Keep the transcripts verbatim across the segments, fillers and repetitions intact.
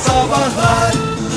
Sabahlar.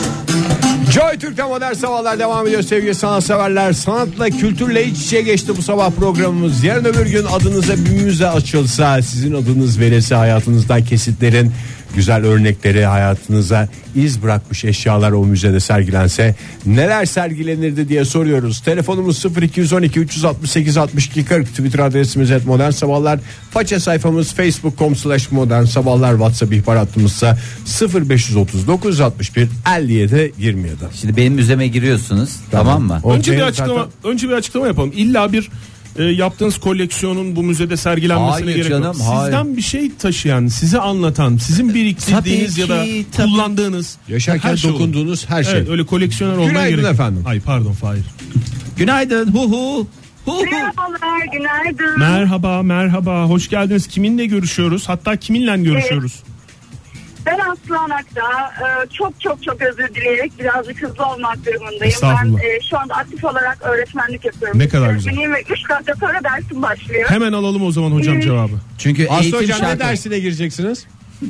Joy Türk'te modern sabahlar devam ediyor sevgili sanatseverler. Sanatla kültürle iç içe geçti bu sabah programımız. Yarın öbür gün adınıza bir müze açılsa, sizin adınız verilse, hayatınızdan kesitlerin güzel örnekleri, hayatınıza iz bırakmış eşyalar o müzede sergilense neler sergilenirdi diye soruyoruz. Telefonumuz sıfır iki on iki üç altı sekiz altmış iki kırk, Twitter adresimiz et modern sabahlar, faça sayfamız facebook nokta com slash modern sabahlar, WhatsApp ihbar hattımızsa sıfır beş otuz dokuz altmış bir elli yedi yirmi yedi. Şimdi benim müzeme giriyorsunuz, tamam, tamam mı? Önce bir açıklama zaten... önce bir açıklama yapalım. İlla bir E, yaptığınız koleksiyonun bu müzede sergilenmesine hayır gerek canım, yok. Sizden hayır. bir şey taşıyan, size anlatan, sizin biriktirdiğiniz ya da tabii. kullandığınız, yaşarken her şey dokunduğunuz olur. Her şey. Evet, öyle koleksiyoner olmaya gerek yok. Günaydın efendim. Ay pardon Fahir. Günaydın. Hu hu. Hu Merhabalar, günaydın. Merhaba, merhaba. Hoş geldiniz. Kiminle görüşüyoruz? Hatta kiminle görüşüyoruz? Evet. Ben Aslı Anak'ta e, çok çok çok özür dileyerek birazcık hızlı olmak durumundayım. Ben e, şu anda aktif olarak öğretmenlik yapıyorum. Ne kadar güzel. Benim üç dakika sonra dersim başlıyor. Hemen alalım o zaman hocam cevabı. Çünkü Aslı hocam şarkı... ne dersine gireceksiniz?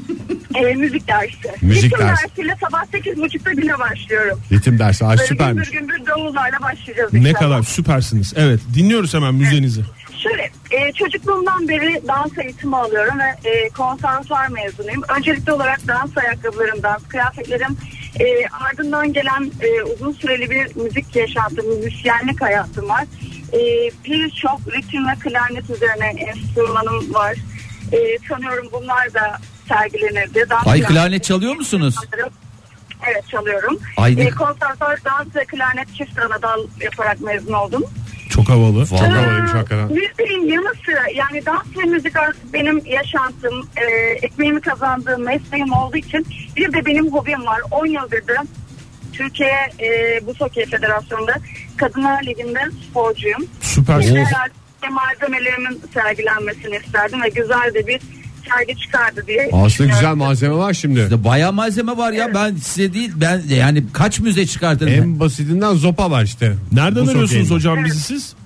E, müzik dersi. Müzik Ritim dersi. dersiyle sabah sekiz buçukta güne başlıyorum. Ritim dersi. Ay, süpermiş. Gümbür gümbür davullarla başlayacağız. Ne inşallah. kadar süpersiniz. Evet, dinliyoruz hemen müziğinizi. Evet. Şöyle, e, çocukluğumdan beri dans eğitimi alıyorum ve e, konservatuvar mezunuyum. Öncelikli olarak dans ayakkabılarım, dans kıyafetlerim, e, ardından gelen e, uzun süreli bir müzik yaşantım, müzisyenlik hayatım var. E, Birçok ritim ve klarnet üzerine enstrümanım var. E, sanıyorum bunlar da sergilenirdi. Dans Ay, klarnet çalıyor musunuz? Evet, çalıyorum. E, konservatuvar dans ve klarnet çift ana dal yaparak mezun oldum. Çok havalı. Vallahi havalıymış hakikaten. Müziğin yanı sıra, yani dans ve müzik artık benim yaşantım, e, ekmeğimi kazandığım mesleğim olduğu için bir de benim hobim var. on yıldır da Türkiye e, Buz Hokeyi Federasyonu'nda Kadınlar Ligi'nde sporcuyum. Süper. Oh. Malzemelerimin sergilenmesini isterdim ve güzel de bir sergi çıkardı diye. Aslında güzel malzeme var şimdi. İşte bayağı malzeme var ya, evet. Ben size değil, ben yani kaç müze çıkartırım. En basitinden zopa var işte. Nereden arıyorsunuz hocam evet. bizi siz?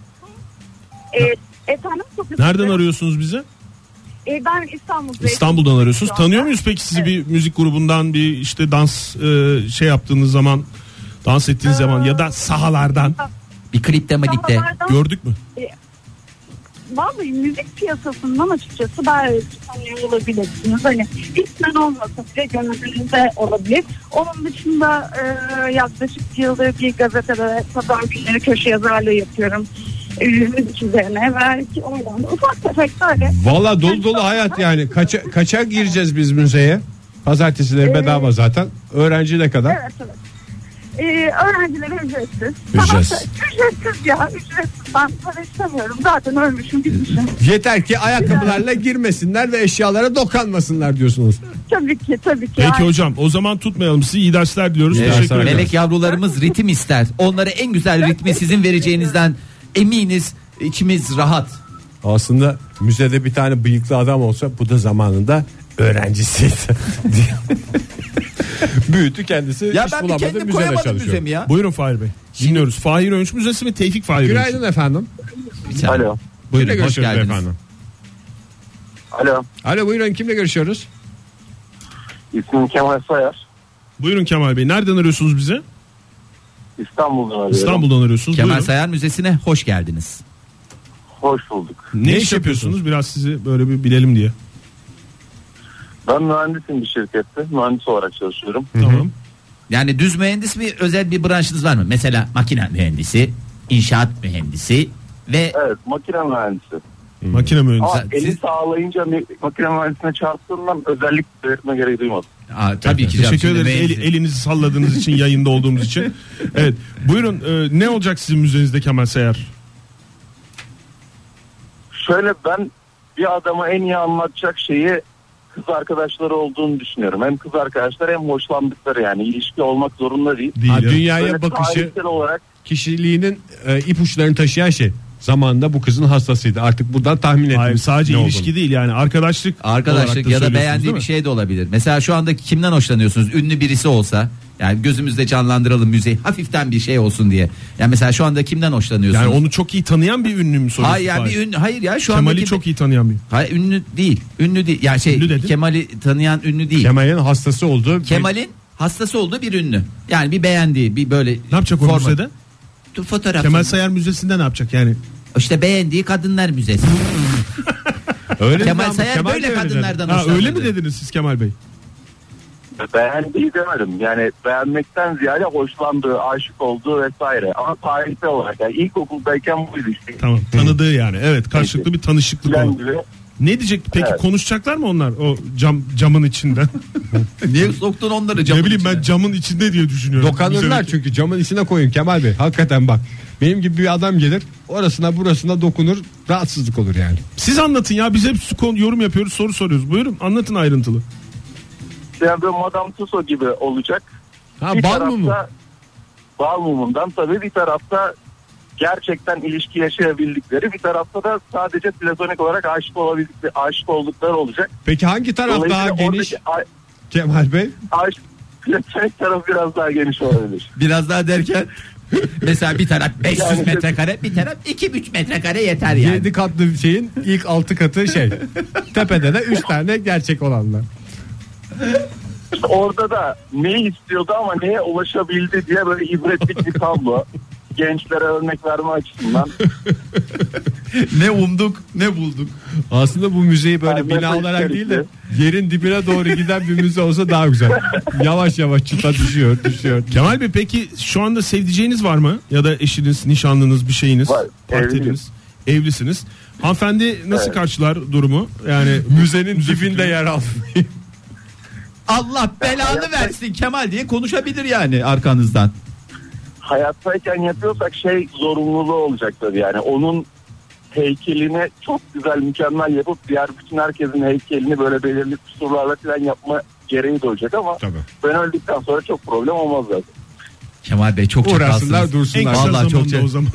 E, efendim? Nereden arıyorsunuz bizi? E, ben İstanbul'da. İstanbul'dan arıyorsunuz. Tanıyor muyuz peki sizi, evet. bir müzik grubundan, bir işte dans e, şey yaptığınız zaman, dans ettiğiniz ee, zaman ya da sahalardan? Bir klipte mi gitti? Gördük mü? E, Vallahi müzik piyasasından açıkçası belki tanıyor olabilirsiniz. Hani ismen olmasa bile gönlünüzde olabilir. Onun dışında e, yaklaşık yıldır bir gazetede pazar günleri köşe yazarlığı yapıyorum. E, müzik üzerine. Belki oradan da ufak tefek böyle. Valla dolu dolu hayat yani. Kaça, kaça gireceğiz biz müzeye? Pazartesileri bedava zaten. Öğrenci ne kadar? Evet evet. Ee, öğrencilere ücretsiz. Ücretsiz. Ücretsiz ya, ücretsiz. Ben para istemiyorum. Zaten ölmüşüm, gitmişim. Yeter ki ayakkabılarla girmesinler ve eşyalara dokanmasınlar diyorsunuz. Tabii ki, tabii ki. Peki Aynen. hocam, o zaman tutmayalım sizi. İyi dersler diliyoruz. Evet, teşekkür ederiz. Melek yavrularımız ritim ister. Onlara en güzel ritmi sizin vereceğinizden eminiz. İçimiz rahat. Aslında müzede bir tane bıyıklı adam olsa, bu da zamanında öğrencisiydi. Büyüdü kendisi. Ya iş ben bir bulamadı, kendim müzede koyamadım çalışıyor. müzemi ya. Buyurun Fahir Bey. Dinliyoruz. Fahir Öğünç Müzesi mi, Tevfik Fahir Öğünç? Günaydın efendim. Alo. Buyurun, Kimle hoş geldiniz. efendim? Alo. Alo, buyurun, kimle görüşüyoruz? İsmim Kemal Sayar. Buyurun Kemal Bey. Nereden arıyorsunuz bize? İstanbul'dan arıyorum. İstanbul'dan arıyorsunuz. Kemal Buyurun. Sayar Müzesi'ne hoş geldiniz. Hoş bulduk. Ne, ne iş yapıyorsunuz? Biraz sizi böyle bir bilelim diye. Ben mühendisim bir şirkette. Mühendis olarak çalışıyorum. Tamam. Yani düz mühendis bir özel bir branşınız var mı? Mesela makine mühendisi, inşaat mühendisi ve... Evet, makine mühendisi. Hmm. Makine mühendisi. Ama eli Siz... sağlayınca makine mühendisine çarptığımdan özellik belirtme gereği duymadım. Aa, tabii evet, ki. Teşekkür ederiz el, elinizi salladığınız için, yayında olduğumuz için. Evet. Buyurun, e, ne olacak sizin müzenizde Kemal Sayar? Şöyle, ben bir adama en iyi anlatacak şeyi kız arkadaşları olduğunu düşünüyorum. Hem kız arkadaşlar hem hoşlandıkları, yani ilişki olmak zorunda değil. değil ha, ya. Dünyaya böyle bakışı olarak kişiliğinin e, ipuçlarını taşıyan şey. Zamanında bu kızın hastasıydı. Artık buradan tahmin ettim. Hayır, sadece ne ilişki olduğunu. değil yani arkadaşlık. Arkadaşlık ya da beğendiği bir şey de olabilir. Mesela şu anda kimden hoşlanıyorsunuz? Ünlü birisi olsa, yani gözümüzde canlandıralım müziği, hafiften bir şey olsun diye. Yani mesela şu anda kimden hoşlanıyorsunuz? Yani onu çok iyi tanıyan bir ünlü mü soruyorsun? Hayır yani bir ünlü, hayır ya şu anda Kemal'i çok iyi tanıyan bir. Hayır, ünlü değil. Ünlü değil. Yani şey, Kemal'i tanıyan ünlü değil. Kemal'in hastası olduğu Kemal'in hastası olduğu bir ünlü. Yani bir beğendiği bir böyle. Ne yapacak o müzede? Fotoğraf. Kemal Sayar Müzesi'nde ne yapacak yani? İşte beğendiği kadınlar müzesi. Öyle Kemal Sayar Kemal böyle kadınlardan hoşlanır. Öyle mi dediniz siz Kemal Bey? Beğendiği demedim. Yani beğenmekten ziyade hoşlandığı, aşık olduğu vesaire. Ama tarihsel olarak yani ilkokuldayken buydu işte. Tamam, tanıdığı yani. Evet, karşılıklı bir tanışıklık oldu. Ne diyecek peki, evet. Konuşacaklar mı onlar o cam camın içinden? Niye soktun onları camın Ne bileyim içine? Ben camın içinde diye düşünüyorum. Dokanırlar çünkü camın içine koyun Kemal Bey. Hakikaten bak. Benim gibi bir adam gelir orasına burasına dokunur, rahatsızlık olur yani. Siz anlatın ya, biz hep yorum yapıyoruz, soru soruyoruz. Buyurun anlatın ayrıntılı. Yani böyle Madame Tussauds gibi olacak. Ha, bir bal tarafta, mumu? Bal mumundan tabii, bir tarafta gerçekten ilişki yaşayabildikleri, bir tarafta da sadece platonik olarak aşık olabildikleri, aşık oldukları olacak. Peki hangi taraf daha geniş a- Kemal Bey? Aşk, platonik taraf biraz daha geniş olabilir. Biraz daha derken mesela bir taraf beş yüz yani, metrekare, bir taraf iki üç metrekare yeter yani. yedi katlı şeyin ilk altı katı şey. Tepede de üç tane gerçek olanlar. Orada da neyi istiyordu ama neye ulaşabildi diye böyle ibretlik bir tablo. Gençlere örnek verme açısından. Ne umduk ne bulduk. Aslında bu müzeyi böyle yani bina olarak değil de yerin dibine doğru giden bir müze olsa daha güzel. Yavaş yavaş çıta düşüyor düşüyor. Kemal Bey peki şu anda sevdiceğiniz var mı? Ya da eşiniz, nişanlınız, bir şeyiniz? Var. Partneriniz. Evlisiniz. Hanımefendi nasıl evet. karşılar durumu? Yani müzenin dibinde yer almayı. Allah belanı versin Kemal diye konuşabilir yani arkanızdan. Hayattayken yapıyorsak şey zorunluluğu olacak tabii, yani onun heykelini çok güzel mükemmel yapıp diğer bütün herkesin heykelini böyle belirli kusurlarla falan yapma gereği de olacak ama tabii. Ben öldükten sonra çok problem olmaz zaten. Kemal Bey çok uğraşsınlar dursunlar. En kısa zamanda çok o zaman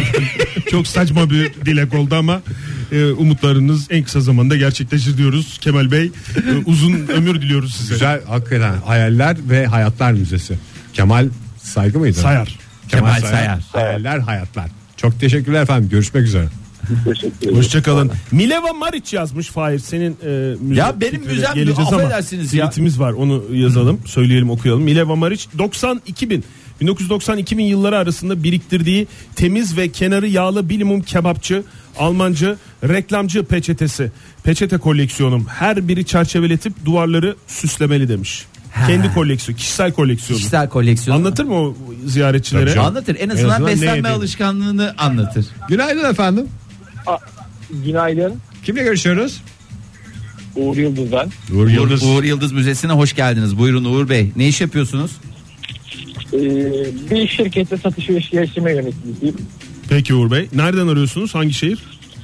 çok saçma bir dilek oldu ama e, umutlarınız en kısa zamanda gerçekleşir diyoruz Kemal Bey. E, uzun ömür diliyoruz size. Güzel, hakikaten hayaller ve hayatlar müzesi. Kemal Saygı mıydı? Sayar. Kemal, Kemal Sayar. Sayar. Hayaller hayatlar. Çok teşekkürler efendim. Görüşmek üzere. Hoşçakalın. Mileva Maric yazmış Fahir, senin e, müzik ya benim müzem affedersiniz ya. Tweetimiz var, onu yazalım, söyleyelim, okuyalım. Mileva Maric doksan iki bin bin dokuz yüz doksan iki bin yılları arasında biriktirdiği temiz ve kenarı yağlı bilimum kebapçı, Almancı, reklamcı peçetesi, peçete koleksiyonum. Her biri çerçeveletip duvarları süslemeli demiş. Ha. Kendi koleksiyonu, kişisel koleksiyonu. Kişisel koleksiyonu. Anlatır mı o ziyaretçilere? Anlatır. En azından, en azından beslenme alışkanlığını anlatır. Günaydın efendim. A, günaydın. Kimle görüşüyoruz? Uğur Yıldız ben. Uğur Yıldız. Uğur Yıldız Müzesi'ne hoş geldiniz. Buyurun Uğur Bey. Ne iş yapıyorsunuz? Ee, bir şirkette satış ve geliştirme yöneticisiyim. Peki Uğur Bey. Nereden arıyorsunuz? Hangi şehir?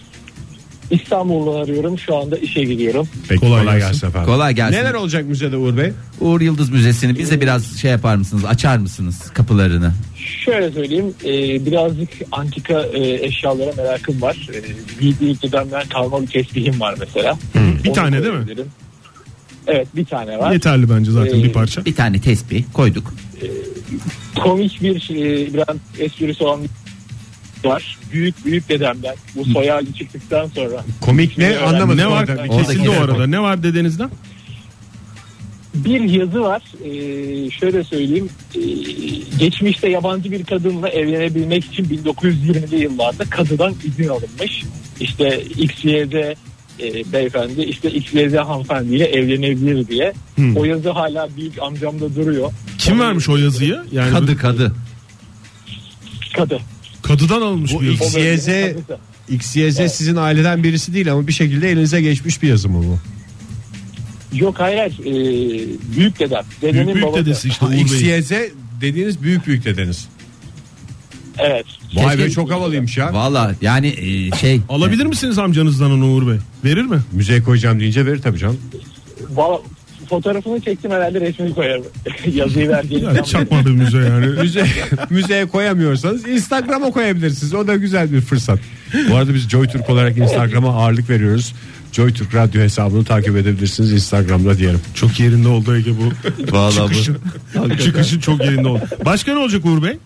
İstanbul'dan arıyorum. Şu anda işe gidiyorum. Peki, kolay, kolay gelsin efendim. Kolay gelsin. Neler olacak müzede Uğur Bey? Uğur Yıldız Müzesi'ni bize biraz şey yapar mısınız? Açar mısınız kapılarını? Şöyle söyleyeyim. E, birazcık antika e, eşyalara merakım var. E, büyük büyük dedemden kalma bir tesbihim var mesela. Hı, bir Onu tane değil mi? Evet, bir tane var. Yeterli bence zaten ee, bir parça. Bir tane tesbih koyduk. E, komik bir e, biraz esprisi olan var. Büyük büyük dedemden. Bu soy ağacı çıktıktan sonra. Komik ne? Anlamadım. Ne var? Kesildi o arada. Ne var dedenizden? Bir yazı var. Ee, şöyle söyleyeyim. Ee, geçmişte yabancı bir kadınla evlenebilmek için bin dokuz yüz yirmili yıllarda kadıdan izin alınmış. İşte X Y Z e, beyefendi işte X Y Z hanımefendiyle evlenebilir diye. Hmm. O yazı hala büyük amcamda duruyor. Kim Onu vermiş o yazıyı? Yani kadı kadı. Kadı. Kadıdan alınmış bir yazı. X Y Z X Y Z evet. Sizin aileden birisi değil ama bir şekilde elinize geçmiş bir yazı mı bu? Yok hayır hayır. Ee, büyük dedem. Dedenin büyük büyük babası. dedesi işte. Ha, X Y Z dediğiniz büyük büyük dedeniz. Evet. Vay be, çok havalıymış ya. Valla yani e, şey. Alabilir misiniz amcanızdan onu Uğur Bey? Verir mi? Müzeye koyacağım deyince verir tabii canım. Valla fotoğrafını çektim, herhalde resmini koyarım. Yazıyı verdiğim yani çakmadı müze yani. Müze, müzeye koyamıyorsanız Instagram'a koyabilirsiniz. O da güzel bir fırsat. Bu arada biz JoyTürk olarak Instagram'a ağırlık veriyoruz. JoyTürk Radyo hesabını takip edebilirsiniz Instagram'da diyelim. Çok yerinde oldu Ege bu. Vallahi çıkışın, bu. Çıkışın çok yerinde oldu. Başka ne olacak Uğur Bey?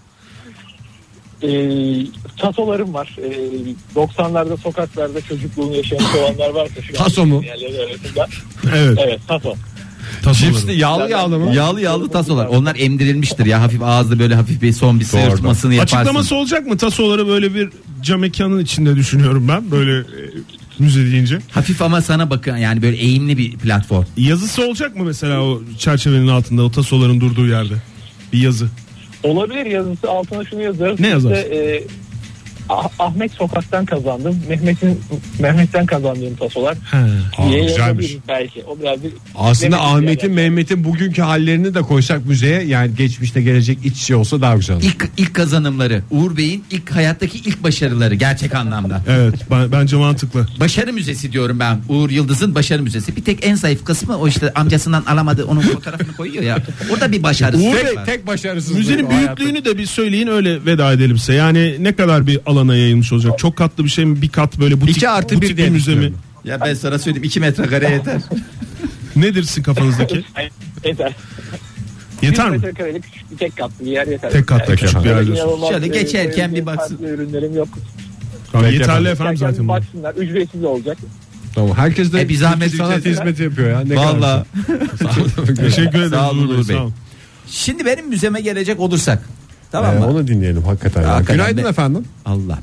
E, tasolarım var. E, doksanlarda sokaklarda çocukluğunu yaşamış olanlar varsa şu taso mu? Evet. Evet, taso. Cipsli yağlı yağlı mı? Yağlı yağlı tasolar. Onlar emdirilmiştir ya, hafif ağızda böyle hafif bir son bir sıyırtmasını yaparsın. Açıklaması olacak mı? Tasoları böyle bir cam mekanın içinde düşünüyorum ben. Böyle e, müze deyince. Hafif ama sana bakın, yani böyle eğimli bir platform. Yazısı olacak mı mesela o çerçevenin altında, o tasoların durduğu yerde? Bir yazı. Olabilir, yazısı altına şunu yazarız. Ne yazar? İşte, e, Ah- Ahmet sokaktan kazandım. Mehmet'in Mehmet'ten kazandığım tasolar. Aa, diye güzelmiş. yazabiliriz belki. O biraz bir Aslında Mehmet'in Ahmet'in, yani. Mehmet'in bugünkü hallerini de koysak müzeye, yani geçmişte gelecek iç içe olsa daha güzel olur. İlk ilk kazanımları, Uğur Bey'in ilk hayattaki ilk başarıları gerçek anlamda. Evet, ben, bence mantıklı. Başarı müzesi diyorum ben. Uğur Yıldız'ın başarı müzesi. Bir tek en zayıf kısmı o, işte amcasından alamadığı onun fotoğrafını koyuyor ya. Orada bir başarısı Uğur var. Bey, Tek başarısız. Müzenin büyüklüğünü de bir söyleyin, öyle veda edelim size. Yani ne kadar bir alana yayılmış olacak? Çok katlı bir şey mi? Bir kat böyle butik, İki artı bir butik diye bir müze mi? düşünüyorum. Ya ben sana söyleyeyim, iki metrekare yeter. Nedir sizin kafanızdaki? Yeter. Yeter mi? yüz metrekarelik küçük bir tek katlı bir yer yeter. Tek katlı küçük bir yer diyorsun. İnanılmaz, Şöyle e, geçerken e, bir baksın. farklı ürünlerim yok. Tamam, Peki yeterli efendim. efendim Geçerken zaten bir bu. baksınlar. Ücretsiz olacak. Tamam, herkes de E, bir zahmet kültür sanat ücretsiz. hizmeti yapıyor ya. Ne Vallahi. kadar Teşekkür ederim. Sağ olun Uğur Bey, Uğur Bey. sağ olun. Şimdi benim müzeme gelecek olursak. Tamam Ee, mı? onu dinleyelim hakikaten. ya. Hakikaten Günaydın de- efendim. Allah.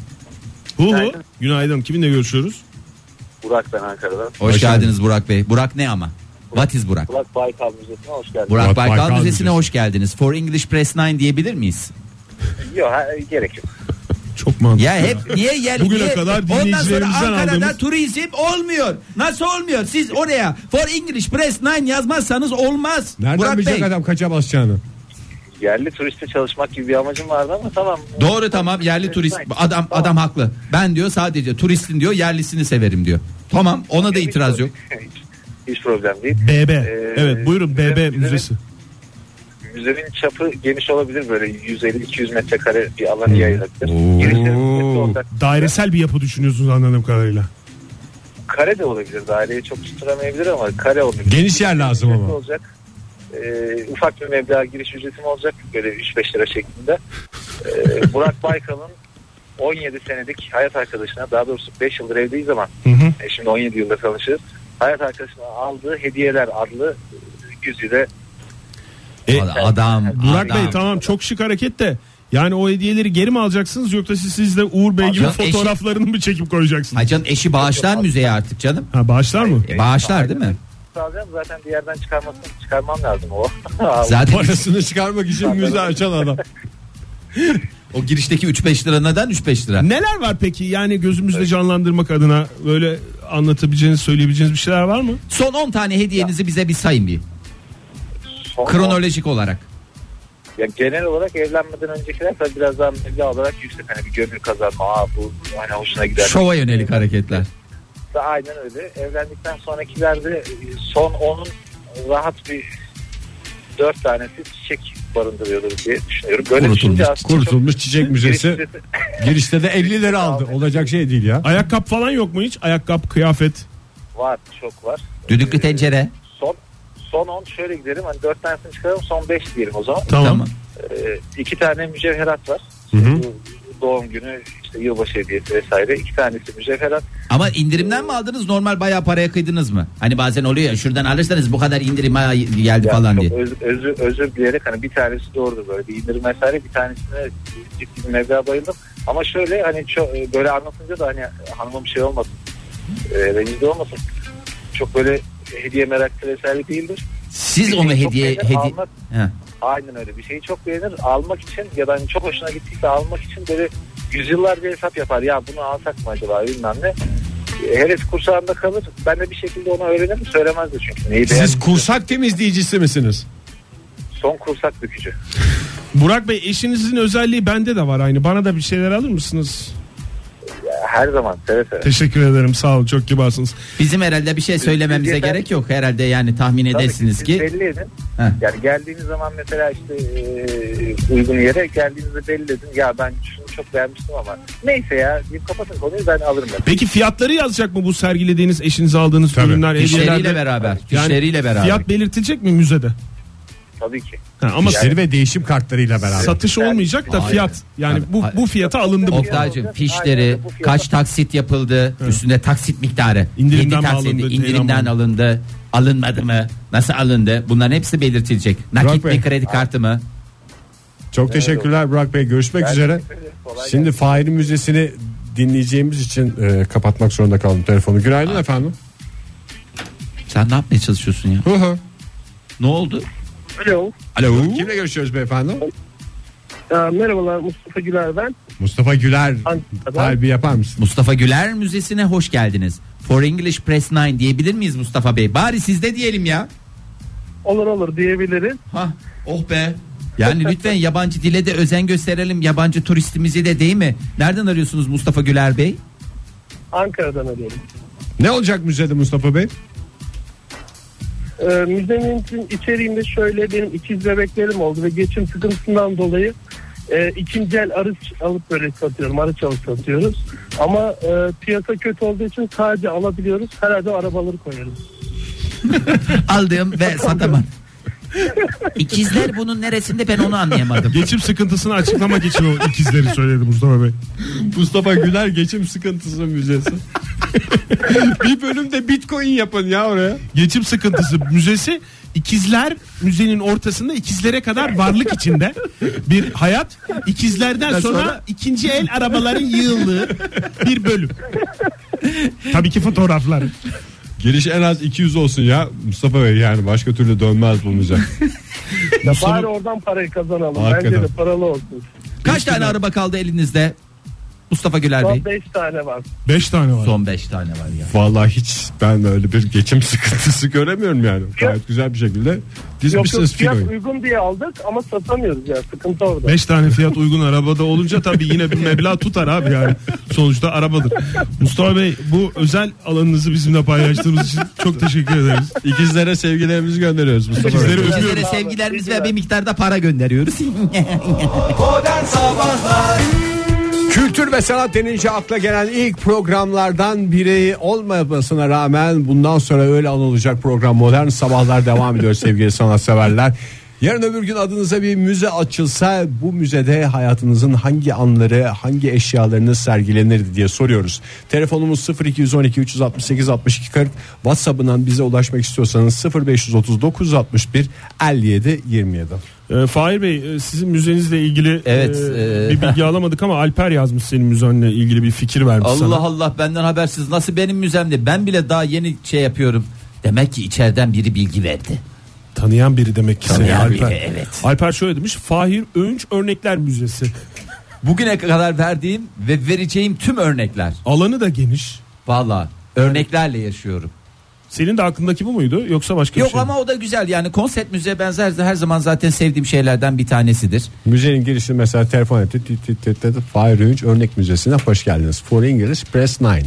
Hu hu. Günaydın. Günaydın. Kiminle görüşüyoruz? Burak ben Ankara'dan. Hoş, Hoş geldiniz Burak Bey. Burak ne ama? What is Burak? Burak Baykal Müzesi'ne hoş geldiniz. Burak Burak Baykal, Baykal Müzesi'ne Müzesi. hoş geldiniz. For English Press nine diyebilir miyiz? Yok ha, gerek yok. Çok mantıklı. Ya hep niye yer Bugüne niye? kadar Ondan sonra dinleyicilerimizden Ankara'da aldığımız- turizm olmuyor. Nasıl olmuyor? Siz oraya For English Press nine yazmazsanız olmaz. Nereden Burak bilecek Bey. adam kaça basacağını? Yerli turiste çalışmak gibi bir amacım vardı ama tamam. Doğru, tamam, yerli turist adam adam haklı. Ben diyor sadece turistin diyor yerlisini severim diyor. Tamam, ona da itiraz yok. Hiç, hiç problem değil. B B. Ee, Evet, buyurun B B müzenin- Müzesi. Müzenin çapı geniş olabilir, böyle yüz elli iki yüz metrekare bir alanı yayılabilir. Girişlerimiz olacak. Dairesel bir yapı düşünüyorsunuz anladığım kadarıyla. Kare de olabilir, daireyi çok tutturamayabilir ama kare olabilir. Geniş yer lazım ama. Olacak. Ee, ufak bir meblağ giriş ücretim olacak, böyle üç beş lira şeklinde. Ee, Burak Baykal'ın on yedi senelik hayat arkadaşına, daha doğrusu beş yıldır evliyiz ama Hı hı. e, şimdi on yedi yılda tanışırız. Hayat arkadaşına aldığı hediyeler adlı güzide. E, Adam. Burak adam. Bey, tamam, çok şık hareket de. Yani o hediyeleri geri mi alacaksınız, yoksa siz, siz de Uğur Bey gibi Canım, eşi- fotoğraflarını mı çekip koyacaksınız? Ay canım, eşi bağışlar müzeye artık canım. Ha, bağışlar mı? E, bağışlar değil mi? Alacağım, zaten bir yerden çıkarmasını çıkarmam lazım o. Zaten Parasını çıkarmak için müze açan adam. o girişteki üç beş lira neden üç beş lira? Neler var peki, yani gözümüzde canlandırmak adına böyle anlatabileceğiniz, söyleyebileceğiniz bir şeyler var mı? Son on tane hediyenizi bize bir sayın bir. Sonra- Kronolojik olarak. Ya genel olarak evlenmeden öncekiler tabii biraz daha meblağ olarak yüksek. Hani bir gönül kazanma, aa bu hani hoşuna gider. Şova yönelik hareketler. Da aynen öyle. Evlendikten sonrakilerde son onun rahat bir dört tanesi çiçek barındırıyordur diye düşünüyorum. Böyle Kurutulmuş, düşünce aslında Kurutulmuş Çiçek çok- Müzesi Girişte- girişte de elli lira aldı. Olacak şey değil ya. Ayakkabı falan yok mu hiç? Ayakkabı, kıyafet. var, çok var. Düdüklü Ee, tencere. Son son on şöyle gidelim. Hani dört tanesini çıkaralım, son beş diyelim o zaman. Tamam. Tamam. Ee, iki tane mücevherat var. Hı hı. Bu doğum günü, işte yılbaşı hediyesi vesaire. İki tanesi mücevherat. Ama indirimden mi aldınız, normal bayağı paraya kıydınız mı? Hani bazen oluyor ya, şuradan alırsanız bu kadar indirim ha, geldi Ya falan çok diye. Öz, özür, özür dileyerek, hani bir tanesi doğrudur, böyle bir indirim vesaire, bir tanesine ciddi bir meblağ bayıldım. Ama şöyle hani çok, böyle anlatınca da hani hanıma bir şey olmasın, e, rencide olmasın. Çok böyle hediye meraklı vesaire değildir. Siz Bir onu şeyi çok hediye beğenir, hediye almak- He. Aynen öyle, bir şeyi çok beğenir, almak için ya da hani çok hoşuna gittiyse almak için böyle yüzyıllarca hesap yapar. Ya bunu alsak mı acaba, bilmem ne. E, Heves kursağında kalır. Ben de bir şekilde onu öğrenirim, söylemezdi çünkü. Neyi Siz beğendiğini- kursak temizleyicisi misiniz? Son kursak bükücü. Burak Bey, eşinizin özelliği bende de var aynı. Bana da bir şeyler alır mısınız? Her zaman seve seve. Teşekkür ederim, sağ olun, çok kibarsınız. Bizim herhalde bir şey söylememize yeter- gerek yok herhalde, yani tahmin Tabii edersiniz siz ki. belli edin. Heh. Yani geldiğiniz zaman mesela işte e, uygun yere geldiğinizde belli edin. Ya ben şunu çok beğenmiştim ama neyse ya deyip kapatın konuyu, ben alırım. Ben. Peki fiyatları yazacak mı bu sergilediğiniz, eşinize aldığınız Tabii. ürünler, Fişleriyle hediyelerde? beraber. Yani Fişleriyle beraber. fiyat belirtilecek mi müzede? tabii ki. Ha, ama Fişleri ve değişim kartlarıyla beraber. satış olmayacak da fiyat yani bu bu fiyata alındı bu. Oktay'cığım fişleri kaç taksit yapıldı, Evet. üstünde taksit miktarı, İndirimden yedi mi taksidi, alındı, indirimden neyden alındı, alınmadı mı, nasıl alındı, bunların hepsi belirtilecek. Nakit Burak Bey. mi, kredi kartı mı? Çok teşekkürler Burak Bey. Görüşmek üzere. Şimdi Fahir'in müzesini dinleyeceğimiz için e, kapatmak zorunda kaldım telefonu. Günaydın Aa. efendim. Sen ne yapmaya çalışıyorsun ya? Hı hı. Ne oldu? Alo. Alo. Kimle görüşüyoruz beyefendi? Ee, merhabalar, Mustafa Güler ben. Mustafa Güler. Kalbi yapar mısın? Mustafa Güler Müzesi'ne hoş geldiniz. For English Press dokuz diyebilir miyiz Mustafa Bey? Bari siz de diyelim ya. Olur olur diyebiliriz. Ha, oh be. Yani lütfen yabancı dile de özen gösterelim. Yabancı turistimizi de, değil mi? Nereden arıyorsunuz Mustafa Güler Bey? Ankara'dan arıyorum. Ne olacak müzede Mustafa Bey? Ee, müzenin içeriğinde şöyle, benim ikiz bebeklerim oldu ve geçim sıkıntısından dolayı e, ikinci el arıç alıp böyle satıyorum, arıç alıp satıyoruz. Ama e, piyasa kötü olduğu için sadece alabiliyoruz, herhalde arabaları koyarız. Aldım ve satamadım. İkizler bunun neresinde, ben onu anlayamadım. Geçim sıkıntısını açıklamak için o ikizleri söyledi Mustafa Bey. Mustafa Güler geçim sıkıntısı müzesi. Bir bölümde Bitcoin yapın ya oraya. Geçim sıkıntısı müzesi, ikizler müzenin ortasında, ikizlere kadar varlık içinde bir hayat, ikizlerden sonra, sonra ikinci el arabaların yığıldığı bir bölüm. Tabii ki fotoğraflar. Giriş en az iki yüz olsun ya Mustafa Bey, yani başka türlü dönmez bu müze. Ya bari oradan parayı kazanalım. Hakikaten. Bence de paralı olsun. Kaç tane araba kaldı elinizde Mustafa Güler Bey? Son beş tane var. beş tane var. Son beş tane var ya. Vallahi hiç ben öyle bir geçim sıkıntısı göremiyorum yani. Gayet güzel bir şekilde Yok dizmişsiniz yok, fiyat filoyu. uygun diye aldık ama satamıyoruz ya, sıkıntı orada. beş tane fiyat uygun arabada olunca tabii yine bir meblağ tutar abi yani. Sonuçta arabadır. Mustafa Bey, bu özel alanınızı bizimle paylaştığınız için çok teşekkür ederiz. İkizlere sevgilerimizi gönderiyoruz Mustafa Bey. İkizleri öpüyoruz. İkizlere sevgilerimiz ve bir miktarda para gönderiyoruz. Modern Sabahlar. Kültür ve sanat denince akla gelen ilk programlardan biri olmamasına rağmen bundan sonra öyle anılacak program Modern Sabahlar devam ediyor sevgili sanatseverler. Yarın öbür gün adınıza bir müze açılsa bu müzede hayatınızın hangi anları, hangi eşyalarınız sergilenirdi diye soruyoruz. Telefonumuz sıfır iki on iki üç altı sekiz altmış iki kırk. WhatsApp'ından bize ulaşmak istiyorsanız sıfır beş otuz dokuz altmış bir elli yedi yirmi yedi. Ee, Fahir Bey, e, sizin müzenizle ilgili Evet, e, e, bir bilgi alamadık ama Alper yazmış senin müzenle ilgili bir fikir vermiş Allah sana. Allah, benden habersiz nasıl benim müzemde, ben bile daha yeni şey yapıyorum. Demek ki içeriden biri bilgi verdi. Tanıyan biri demek ki seni Tanıyan Alper. biri, evet. Alper şöyle demiş: Fahir Öğünç Örnekler Müzesi. Bugüne kadar verdiğim ve vereceğim tüm örnekler. Alanı da geniş. Vallahi örneklerle yaşıyorum. Senin de aklındaki bu muydu yoksa başka Yok bir şey mi? ama o da güzel, yani konsept müziğe benzer, her zaman zaten sevdiğim şeylerden bir tanesidir. Müzenin girişi mesela telefon etti. Fahir Öğünç Örnek Müzesi'ne hoş geldiniz. For English Press dokuz.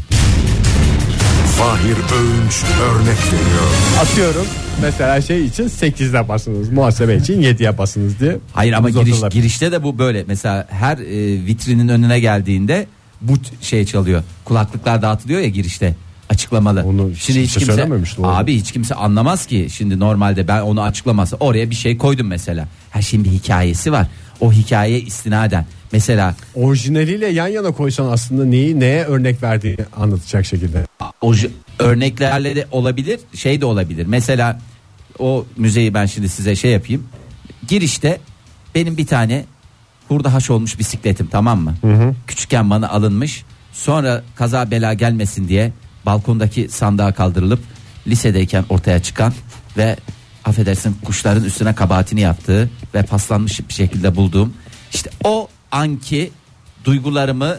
Fahir Öğünç örnek veriyor. Atıyorum mesela şey için sekizde basınız, muhasebe için yediye basınız diye. Hayır ama giriş, uzatırlar. girişte de bu böyle. Mesela her e, vitrinin önüne geldiğinde bu t- şey çalıyor. Kulaklıklar dağıtılıyor ya girişte. Açıklamalı. Onu Şimdi hiç kimse kimse söylememişti, doğru. abi hiç kimse anlamaz ki. Şimdi normalde ben onu açıklaması, oraya bir şey koydum mesela. Her şeyin bir hikayesi var. O hikayeye istinaden mesela Orijinaliyle yan yana koysan aslında neyi neye örnek verdiğini anlatacak şekilde. o j- örneklerle de olabilir, şey de olabilir. Mesela o müzeyi ben şimdi size şey yapayım. Girişte benim bir tane hurda haş olmuş bisikletim, tamam mı? Hı hı. Küçükken bana alınmış. Sonra kaza bela gelmesin diye balkondaki sandığa kaldırılıp lisedeyken ortaya çıkan ve affedersin kuşların üstüne kabahatini yaptığı ve paslanmış bir şekilde bulduğum işte o anki duygularımı.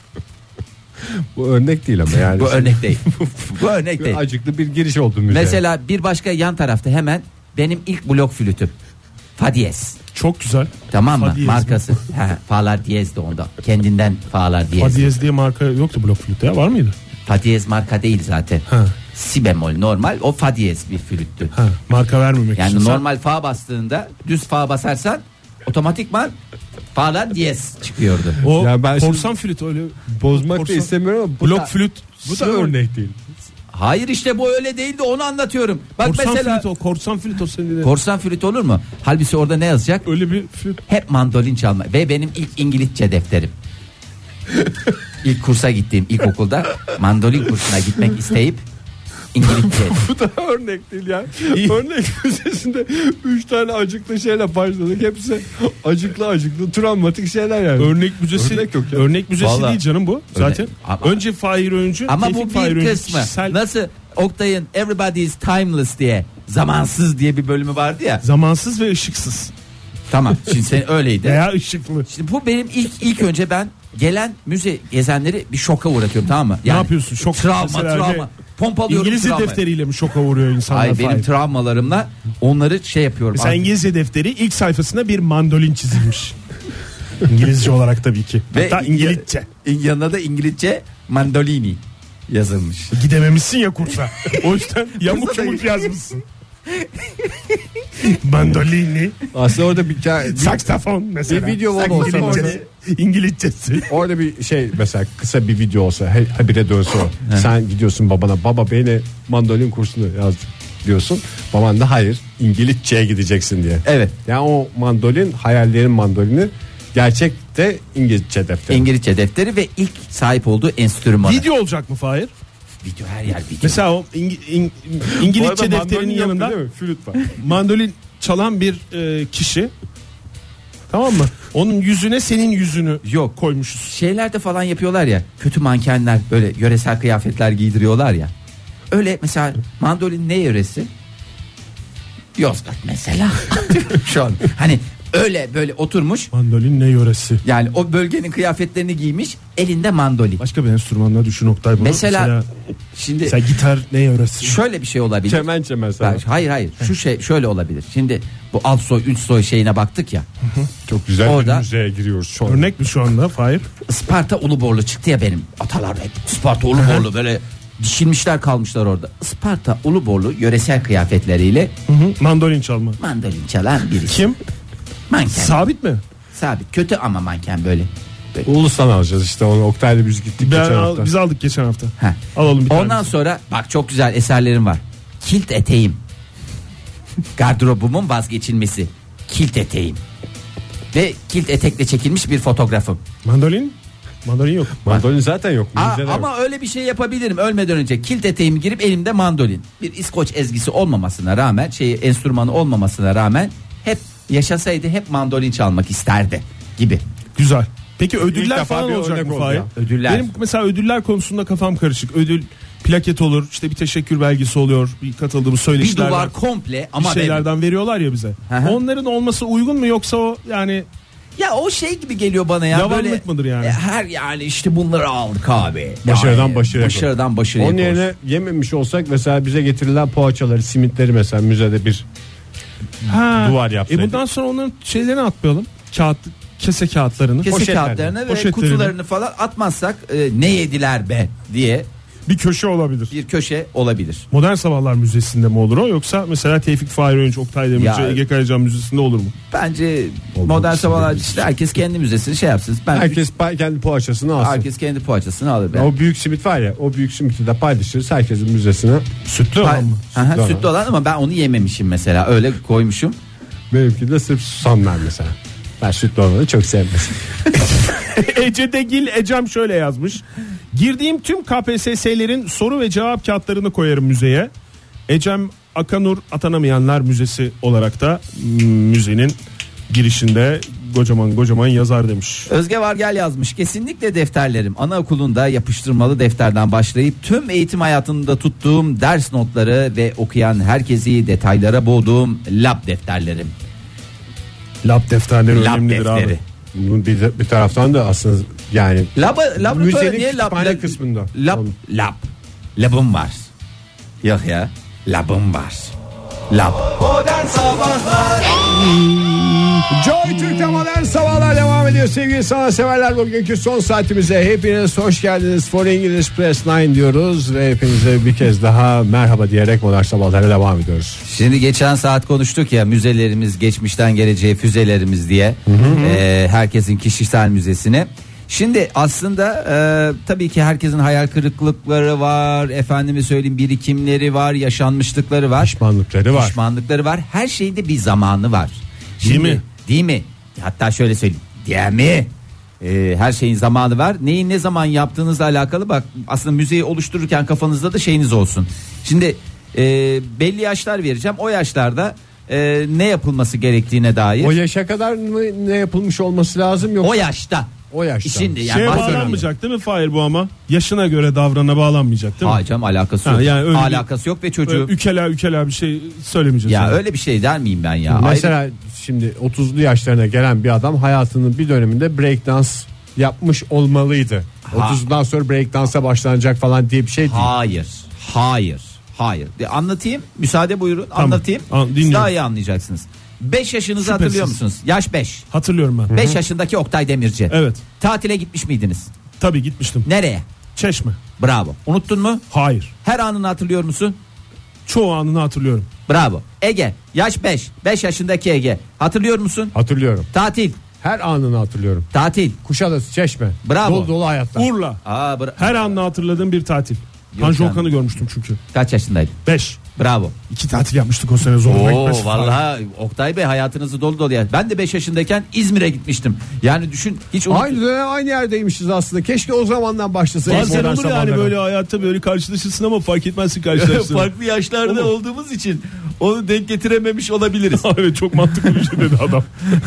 Bu örnek değil ama yani. Bu örnek değil. Bu örnek değil. Acıklı bir giriş oldu müzeye. Mesela bir başka yan tarafta hemen benim ilk blok flütüm. Fa diyez. Çok güzel. Tamam mı? Fa diyez mi? Markası. He, Fa'lar diyez de onda. Kendinden Fa'lar diyez. Fa diyez diye marka yoktu blok flütte ya, var mıydı? Fa diyez marka değil zaten. Ha. Si bemol normal, o fa diyez bir flüttü. Ha, marka vermemek Yani için. Sen- normal fa bastığında düz fa basarsan otomatikman Fa'lar diyez çıkıyordu. O Ya ben korsan flüt öyle bozmak korsan- da istemiyorum ama bu blok da, flüt bu da örnek değil. Hayır işte bu öyle değildi, onu anlatıyorum. Bak Korsan mesela flüt o, korsan flüt o senin. korsan flüt olur mu? Halbuki orada ne yazacak? Öyle bir flüt. Hep mandolin çalma ve benim ilk İngilizce defterim. İlk kursa gittiğim ilkokulda mandolin kursuna gitmek isteyip İngilizce. Bu da örnek değil ya. Örnek müzesinde üç tane acıklı şeyle başladık. Hepsi acıklı acıklı travmatik şeyler yani. Örnek müzesi. Örnek yok ya. Örnek müzesi Vallahi. değil canım bu zaten. Ama- Önce Fahir Öncü, Ama Tevfik bu Fahir bir Öncü kısmı. kişisel- Nasıl Oktay'ın Everybody is Timeless diye, zamansız diye bir bölümü vardı ya. Zamansız ve ışıksız Tamam. Şimdi sen öyleydi. veya ışıklı. Şimdi bu benim ilk ilk önce ben gelen müze gezenleri bir şoka uğratıyorum, tamam mı? Ne yapıyorsun? Şok travma mesela travma. ne? Pompalıyorum İngilizce travmayı. defteriyle mi şoka vuruyor insanlar? Hayır, benim Fahir? travmalarımla onları şey yapıyorum. Mesela Abi. İngilizce defteri ilk sayfasında bir mandolin çizilmiş. İngilizce olarak tabii ki. Ve Hatta İngilizce. İng- yanına da İngilizce mandolini yazılmış. Gidememişsin ya kursa. O yüzden yamuk yumuk yazmışsın. Mandolini, Aslında orada bir, bir, saksafon mesela. bir video var olsa İngilizcesi. İngilizcesi. orada bir şey mesela kısa bir video olsa he- habire dönse o. Sen gidiyorsun babana, baba beni mandolin kursuna yaz diyorsun. Baban da hayır İngilizceye gideceksin diye. Evet. Yani o mandolin hayallerin mandolini, gerçekte İngilizce defteri. İngilizce defteri ve ilk sahip olduğu enstrümanı. Video olacak mı Fahir? Video, her yer video. Mesela o İng- İng- Bu arada İngilizce mandolin defterinin yoktu yanında değil mi? Flüt var. mandolin çalan bir e, kişi, tamam mı? Onun yüzüne senin yüzünü Yok. koymuşuz. Şeylerde falan yapıyorlar ya, kötü mankenler böyle yöresel kıyafetler giydiriyorlar ya. Öyle mesela mandolin ne yöresi? Yozgat mesela. Şu an hani öyle böyle oturmuş, Mandolin ne yöresi? yani o bölgenin kıyafetlerini giymiş, elinde mandolin. Başka bir enstrümanla düşün Oktay bunu. Mesela, şimdi mesela gitar ne yöresi? şöyle bir şey olabilir. Kemençe mesela. Ben- hayır hayır şu şey şöyle olabilir. Şimdi bu alt soy üst soy şeyine baktık ya. Çok güzel Orada- bir müzeye giriyoruz şu an. Örnek mi şu anda Fahir? Isparta Uluborlu çıktı ya benim atalar hep Isparta Uluborlu böyle dişilmişler kalmışlar orada. Isparta Uluborlu yöresel kıyafetleriyle Hı hı. Mandolin çalma. mandolin çalan birisi. Kim? Manken. Sabit mi? Sabit. Kötü ama manken böyle. böyle. Ulus'tan alacağız işte onu. Oktay'la biz gittik Ben geçen al- hafta. biz aldık geçen hafta. Heh. Alalım bir Ondan tanesini. sonra bak çok güzel eserlerim var. Kilt eteğim. Gardırobumun vazgeçilmesi. Kilt eteğim. Ve kilt etekle çekilmiş bir fotoğrafım. Mandolin? Mandolin yok. Mandolin zaten yok. Aa, müzede yok. ama öyle bir şey yapabilirim ölmeden önce. Kilt eteğimi girip elimde mandolin. Bir İskoç ezgisi olmamasına rağmen, şey enstrümanı olmamasına rağmen hep yaşasaydı hep mandolin çalmak isterdi gibi. Güzel. Peki İlk ödüller defa falan bir olacak örnek mı oldu Fahir? ya. Ödüller. Benim mesela ödüller konusunda kafam karışık. Ödül plaket olur, işte bir teşekkür belgesi oluyor, bir katıldığımız Bir söyleşilerden, duvar komple bir ama şeylerden veriyorlar ya bize. Hı hı. Onların olması uygun mu yoksa o yani ya o şey gibi geliyor bana ya. Yavanlık böyle, mıdır yani? e, her yani işte bunları aldık abi. Başarıdan Yani, başarıya Başarıdan başarıya. Onun koş. yerine yememiş olsak mesela bize getirilen poğaçaları, simitleri mesela müzede bir ha, duvar yapsaydı. E bundan sonra onların şeylerini atmayalım. Kağıt, kese kağıtlarını. Kese Poşetlerini, kağıtlarını ve poşetlerini. kutularını falan atmazsak e, ne yediler be diye Bir köşe olabilir. bir köşe olabilir. Modern Sabahlar Müzesi'nde mi olur o, yoksa mesela Tevfik Fahir Öğünç, Oktay Demirci, Ya- Ege Kayacan Müzesi'nde olur mu? Bence modern sabahlar işte herkes kendi müzesini şey yapsın. Ben Herkes pa- kendi poğaçasını alsın. herkes kendi poğaçasını alır. Ben. O büyük simit var ya, o büyük simiti de paylaşırız herkesin müzesine. Sütlü Pa- olan mı? Aha, Sütlü olan. sütlü olan ama ben onu yememişim mesela. Öyle koymuşum. Benimki de sırf susamlar mesela. Ben sütlü olanı çok sevmem. Ece Degil Ecem şöyle yazmış. Girdiğim tüm K P S S'lerin soru ve cevap kağıtlarını koyarım müzeye. Ecem Akanur Atanamayanlar Müzesi olarak da mm, müzenin girişinde kocaman kocaman yazar demiş. Özge Vargel yazmış. Kesinlikle defterlerim. Anaokulunda yapıştırmalı defterden başlayıp tüm eğitim hayatında tuttuğum ders notları ve okuyan herkesi detaylara boğduğum lab defterlerim. Lab defterleri Lab önemlidir defteri. abi. Bunun bir, bir taraftan da aslında yani Lab, laboratuvar müzenin niye lab? kütüphane lab- kısmında. Lab, Oğlum. lab. Labım var. Yok ya. Labım var. Lab. Modern Sabahlar Joy Türk'te modern sabahlar devam ediyor sevgili sanatseverler. Bugünkü son saatimize hepiniz hoş geldiniz. For English Press dokuz diyoruz ve hepinize bir kez daha merhaba diyerek modern sabahlara devam ediyoruz. Şimdi geçen saat konuştuk ya, müzelerimiz geçmişten geleceğe füzelerimiz diye. Ee, herkesin kişisel müzesine. Şimdi aslında e, tabii ki herkesin hayal kırıklıkları var, efendime söyleyeyim birikimleri var, yaşanmışlıkları var, pişmanlıkları var. Pişmanlıkları var. Her şeyde bir zamanı var. Değil Şimdi, mi? Değil mi? Hatta şöyle söyleyeyim. Değil mi? E, her şeyin zamanı var. Neyi ne zaman yaptığınızla alakalı bak aslında müzeyi oluştururken kafanızda da şeyiniz olsun. Şimdi e, belli yaşlar vereceğim. O yaşlarda e, ne yapılması gerektiğine dair. O yaşa kadar mı ne yapılmış olması lazım yoksa? O yaşta. O yaşta. Şimdi yani Şeye bazı- bağlanmayacak değil mi Fahir bu ama? Yaşına göre davrana bağlanmayacak değil mi? Hayır canım alakası Ha, yok. yani öyle alakası bir- yok ve çocuğu. Böyle Ükela ükela bir şey söylemeyeceğiz. Ya yani. öyle bir şey der miyim ben ya? Mesela Ayrı- şimdi otuzlu yaşlarına gelen bir adam hayatının bir döneminde breakdance yapmış olmalıydı. Ha. otuzdan sonra breakdance'a başlanacak falan diye bir şey değil. Hayır. Hayır. Hayır. De, anlatayım. Müsaade buyurun. Tamam. Anlatayım. An- Siz dinliyorum. daha iyi anlayacaksınız. beş yaşınızı Şüphesiz. hatırlıyor musunuz? Yaş beş. Hatırlıyorum ben. beş yaşındaki Oktay Demirci. Evet. Tatile gitmiş miydiniz? Tabii gitmiştim. Nereye? Çeşme. Bravo. Unuttun mu? Hayır. Her anını hatırlıyor musun? Çoğu anını hatırlıyorum. Bravo. Ege. Yaş beş. beş yaşındaki Ege. Hatırlıyor musun? Hatırlıyorum. Tatil. Her anını hatırlıyorum. Tatil. Kuşadası, Çeşme. Bravo. Dolu dolu hayatlar. Urla. Aa, bra- Her anını hatırladığım bir tatil. Yok Tanju yani. Okan'ı görmüştüm çünkü. Kaç yaşındaydın? beş. Bravo. İki tatil yapmıştık o sene zoruma Oo gitmesi. vallahi Oktay Bey hayatınızı dolu dolu ya. Ben de beş yaşındayken İzmir'e gitmiştim. Yani düşün hiç unut- Aynı dönem aynı yerdeymişiz aslında. Keşke o zamandan başlasaydık. Bazen modern olur yani sabahlara. böyle hayatta böyle karşılaşırsın ama fark etmezsin karşılaştığını. farklı yaşlarda olduğumuz için onu denk getirememiş olabiliriz. Evet çok mantıklı bir şey dedi adam.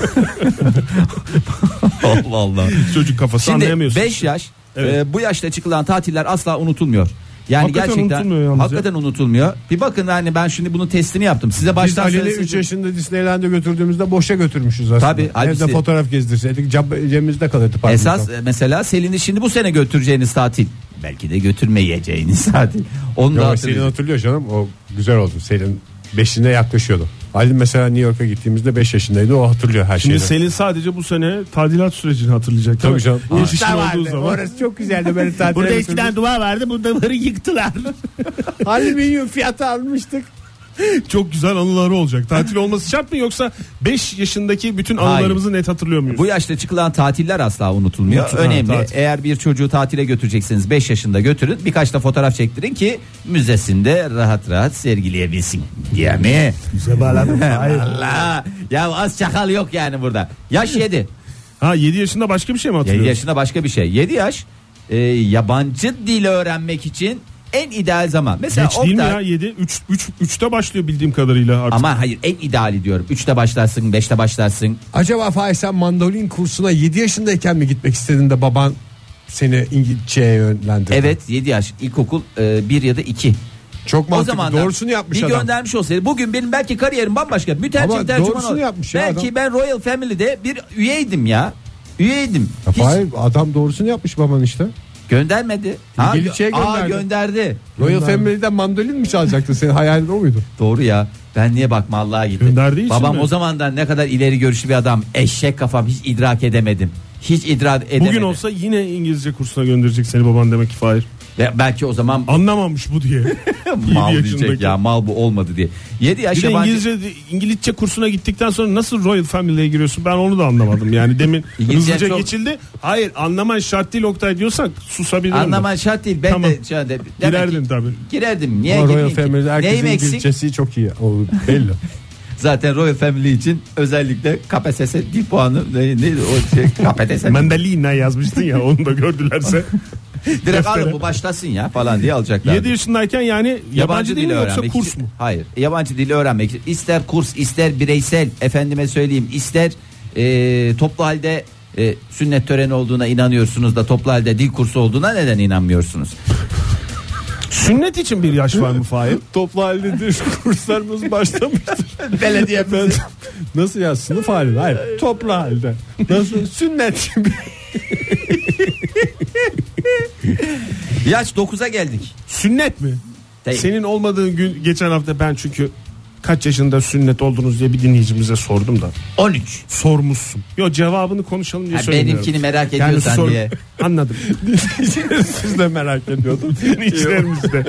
Allah Allah. Çocuk kafası Şimdi anlayamıyorsun. beş yaş Evet. e, bu yaşta çıkılan tatiller asla unutulmuyor. Yani Hakikaten gerçekten unutulmuyor yalnız hakikaten unutulmuyor. Bir bakın yani ben şimdi bunun testini yaptım. Size Biz baştan Ali'ni söyleseydim- üç yaşında Disneyland'e götürdüğümüzde boşa götürmüşüz aslında. Tabii, halbuki- Evde fotoğraf gezdirseydik cab- cebimizde kalırdı. Esas parkımızda. e, mesela Selin'i şimdi bu sene götüreceğiniz tatil. Belki de götürmeyeceğiniz tatil. Onu da Yok, Selin hatırlayın. hatırlıyor canım. O güzel oldu. Selin beşine yaklaşıyordu. Ali mesela New York'a gittiğimizde beş yaşındaydı. O hatırlıyor her şeyi. Şimdi Selin sadece bu sene tadilat sürecini hatırlayacak. değil Tabii mi? canım. İlk işin olduğu zaman. Orası çok güzeldi. Böyle tatile Burada götürdük. eskiden duvar vardı, bu duvarı yıktılar. Alüminyum fiyatı almıştık. Çok güzel anıları olacak. Tatil olması şart mı yoksa beş yaşındaki bütün anılarımızı net hatırlıyor muyuz? Bu yaşta çıkılan tatiller asla unutulmuyor. Unutulan Önemli. tatil. Eğer bir çocuğu tatile götürecekseniz beş yaşında götürün. Birkaç da fotoğraf çektirin ki müzesinde rahat rahat sergileyebilsin. Diye mi? Güzel bağladım. Allah. Ya az çakal yok yani burada. Yaş yedi. Ha yedi yaşında başka bir şey mi hatırlıyorsun? yedi yaşında başka bir şey. yedi yaş e, yabancı dil öğrenmek için en ideal zaman. Mesela Geç değil mi Oktay- ya yedi? üç, üç, üçte başlıyor bildiğim kadarıyla artık. Ama hayır en ideali diyorum. üçte başlarsın, beşte başlarsın. Acaba Fahir sen mandolin kursuna yedi yaşındayken mi gitmek istedin de baban seni İngilizceye yönlendirdi? Evet yedi yaş ilkokul bir ya da iki. Çok O mantıklı. zaman Doğrusunu yapmış bir adam. göndermiş olsaydı bugün benim belki kariyerim bambaşka. Mütercim Ama tercüman doğrusunu olur. yapmış ya Belki adam. ben Royal Family'de bir üyeydim ya. Üyeydim. Ya Hiç Fahir adam doğrusunu yapmış baban işte. göndermedi. İngilizceye aa, gönderdi. gönderdi. Royal Family'den mandolin mi çalacaktı? Senin hayalin o muydu? Doğru ya. Ben niye bakma Allah'a gittim. Gönderdiği için Babam mi? o zamandan ne kadar ileri görüşlü bir adam. Eşek kafam hiç idrak edemedim. Hiç idrak edemedim. Bugün olsa yine İngilizce kursuna gönderecek seni baban demek ki Fahir. Ve belki o zaman Anlamamış bu diye. mal yedi diyecek yaşındaki. ya mal bu olmadı diye. yedi yaş Bir de yabancı. İngilizce, İngilizce kursuna gittikten sonra nasıl Royal Family'ye giriyorsun ben onu da anlamadım. Yani demin İngilizce hızlıca çok- geçildi. Hayır anlaman şart değil Oktay diyorsak susabilirim. de. Anlaman şart değil. Ben Tamam. de şöyle demek Girerdin ki- tabii. Girerdim. Niye Ama Royal girmeyeyim ki? Family'de herkesin Neyim eksik? İngilizcesi çok iyi. O belli. Zaten Royal Family için özellikle K P S S dil puanı ne, neydi o şey K P S S Mandalina yazmıştın ya onu da gördülerse. direkt deftere. alın bu başlasın ya falan diye alacaklar. yedi yaşındayken yani yabancı, değil mi yoksa öğrenmek kurs için- mu? Hayır. Yabancı dili öğrenmek için ister kurs ister bireysel efendime söyleyeyim ister e, toplu halde e, sünnet töreni olduğuna inanıyorsunuz da toplu halde dil kursu olduğuna neden inanmıyorsunuz? Sünnet için bir yaş var mı Fahir? Toplu halde dil kurslarımız başlamıştır. Belediye Nasıl ya sınıf halinde? Hayır. Toplu halde. Nasıl? Sünnet gibi. yaş dokuza geldik. Sünnet mi? Değil. Senin olmadığın gün geçen hafta ben çünkü kaç yaşında sünnet oldunuz diye bir dinleyicimize sordum da. on üç. Sormuşsun. Yo cevabını konuşalım diye Ha, söylemiyorum. benimkini merak ediyorsan sor- diye. Anladım. Siz de merak ediyordum. Dinleyicilerimiz de.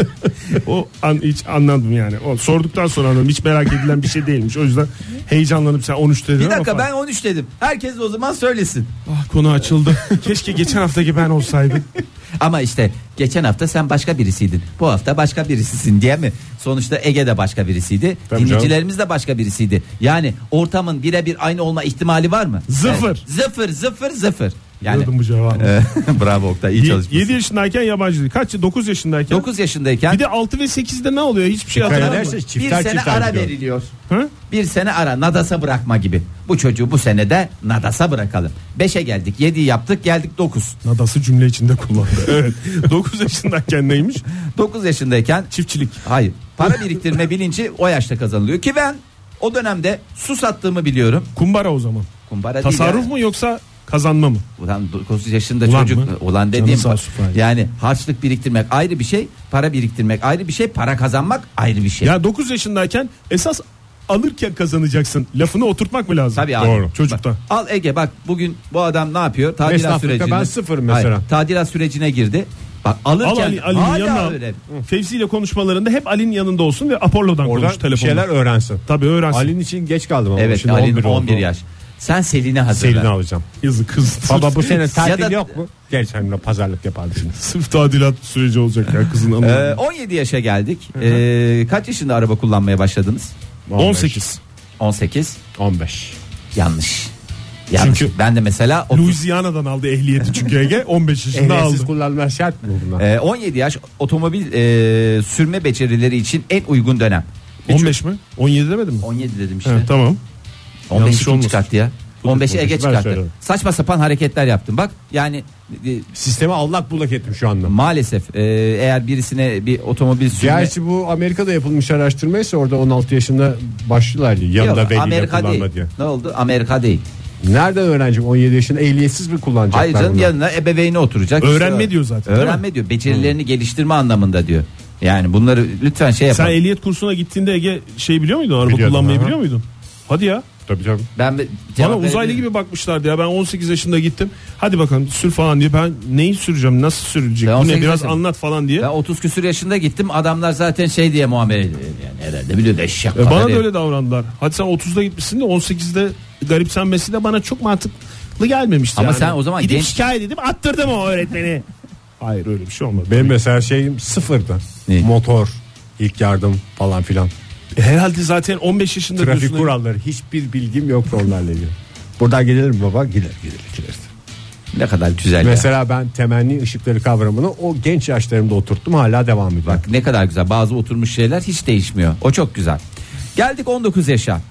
O an, hiç anladım yani. O sorduktan sonra anladım. Hiç merak edilen bir şey değilmiş. O yüzden heyecanlanıp sen on üç dedin Bir ama dakika falan. ben on üç dedim. Herkes de o zaman söylesin. Ah, konu açıldı. Keşke geçen haftaki ben olsaydım. Ama işte geçen hafta sen başka birisiydin. Bu hafta başka birisisin diye mi? Sonuçta Ege'de başka birisiydi. Tabii Dinleyicilerimiz de başka birisiydi. Yani ortamın birebir aynı olma ihtimali var mı? Zıfır. Evet. Zıfır zıfır zıfır. Yani Biliyordum bu cevabı. e, bravo Oktay, iyi çalışmışsın. yedi yaşındayken yabancıydı. Kaç? dokuz yaşındayken. dokuz yaşındayken Bir de altı ve sekizde ne oluyor? Hiçbir şey Dikkat hatırlamıyorum. ederseniz bir çifter sene çifter ara gidiyor. veriliyor. Hı? Bir sene ara, nadasa bırakma gibi. Bu çocuğu bu senede nadasa bırakalım. beşe geldik, yediyi yaptık, geldik dokuz. Nadası cümle içinde kullandı. Evet. dokuz yaşındayken neymiş? dokuz yaşındayken Çiftçilik. hayır, para biriktirme bilinci o yaşta kazanılıyor ki ben o dönemde su sattığımı biliyorum. Kumbara o zaman. Kumbara Tasarruf değil ya. mu yoksa kazanma mı? Ulan dokuz yaşında Ulan çocuk mı? ulan Canı dediğim sağ olsun Fahir. yani harçlık biriktirmek ayrı bir şey, para biriktirmek ayrı bir şey, para kazanmak ayrı bir şey. Ya dokuz yaşındayken esas alırken kazanacaksın. Lafını oturtmak mı lazım? Tabii abi. Doğru. Çocukta. Bak, al Ege bak bugün bu adam ne yapıyor? Tadilat Esnaflıkta sürecine. ben sıfırım mesela. Hayır, tadilat sürecine girdi. Bak alırken Al Ali, Ali'nin hala yanına al. öyle. Fevzi ile konuşmalarında hep Ali'nin yanında olsun ve Apollo'dan Oradan konuş bir telefonda. şeyler öğrensin. Tabii öğrensin. Ali'nin için geç kaldım ama. Evet, Şimdi Ali'nin on on bir oldu. yaş. Sen Selin'i hazırla. Selin'i alacağım. Yazık kız. Baba bu sene Ya tatil da- yok mu? Gel seninle pazarlık yapalım şimdi. Sırf tadilat süreci olacak ya kızın Ee, anlamı. on yedi yaşa geldik. Ee, kaç yaşında araba kullanmaya başladınız? on sekiz. on sekiz. on beş. Yanlış. Yanlış. Çünkü ben de mesela otuz, Louisiana'dan aldı ehliyeti çünkü Ege on beş yaşında Ehliyetsiz aldı. kullanma şart mı bunlar? e, on yedi yaş otomobil e, sürme becerileri için en uygun dönem. on beş mi? on yedi demedim mi? on yedi dedim işte. Evet, tamam. on beşi yanlış kim olmasın. çıkarttı ya? on beşi Ege Ben çıkarttı. söyledim. Saçma sapan hareketler yaptım. Bak yani e, Sistemi allak bullak ettim şu anda. maalesef e, eğer birisine bir otomobil sürme... Gerçi bu Amerika'da yapılmış araştırmaysa orada on altı yaşında başlıyorlar diye. Yanında Yok, veliyle Amerika kullanma değil. diye. Ne oldu? Amerika değil. Nereden öğrencim on yedi yaşında ehliyetsiz mi kullanacaklar Hayır canım, bunu? yanına ebeveyni oturacak. Öğrenme İşte, diyor zaten, değil Öğrenme diyor. Becerilerini geliştirme anlamında diyor. Yani bunları lütfen şey yapalım. Sen ehliyet kursuna gittiğinde Ege şey biliyor muydun? Araba Biliyordum, kullanmayı aha. biliyor muydun? Hadi ya. Tabii tabii. Ben bir Bana cevap uzaylı verebilirim. gibi bakmışlardı ya. Ben on sekiz yaşında gittim. Hadi bakalım sür falan diye. Ben neyi süreceğim? Nasıl sürülecek? Ben Bu on ne? sekiz Biraz yaşındayım. anlat falan diye. Ben otuz küsür yaşında gittim. Adamlar zaten şey diye muamele ediyor. Yani herhalde biliyor da eşek E bana kadar da ya. öyle davrandılar. Hadi sen otuzda gitmişsin de on sekizde garipsenmesi de bana çok mantıklı gelmemişti. Ama yani. sen o zaman Gidip genç- şikayet edip attırdım o öğretmeni. Hayır öyle bir şey olmadı. Benim mesela şeyim sıfırdı. Ne? Motor, ilk yardım falan filan. E, Herhalde zaten on beş yaşında Trafik diyorsun. kuralları hiçbir bilgim yoktu onlarla ilgili. Buradan gelir mi baba? Gider gider gider. Ne kadar güzel ya. Mesela ben temenni ışıkları kavramını o genç yaşlarımda oturttum, hala devam ediyor. Bak ne kadar güzel. Bazı oturmuş şeyler hiç değişmiyor. O çok güzel. Geldik on dokuz yaşa.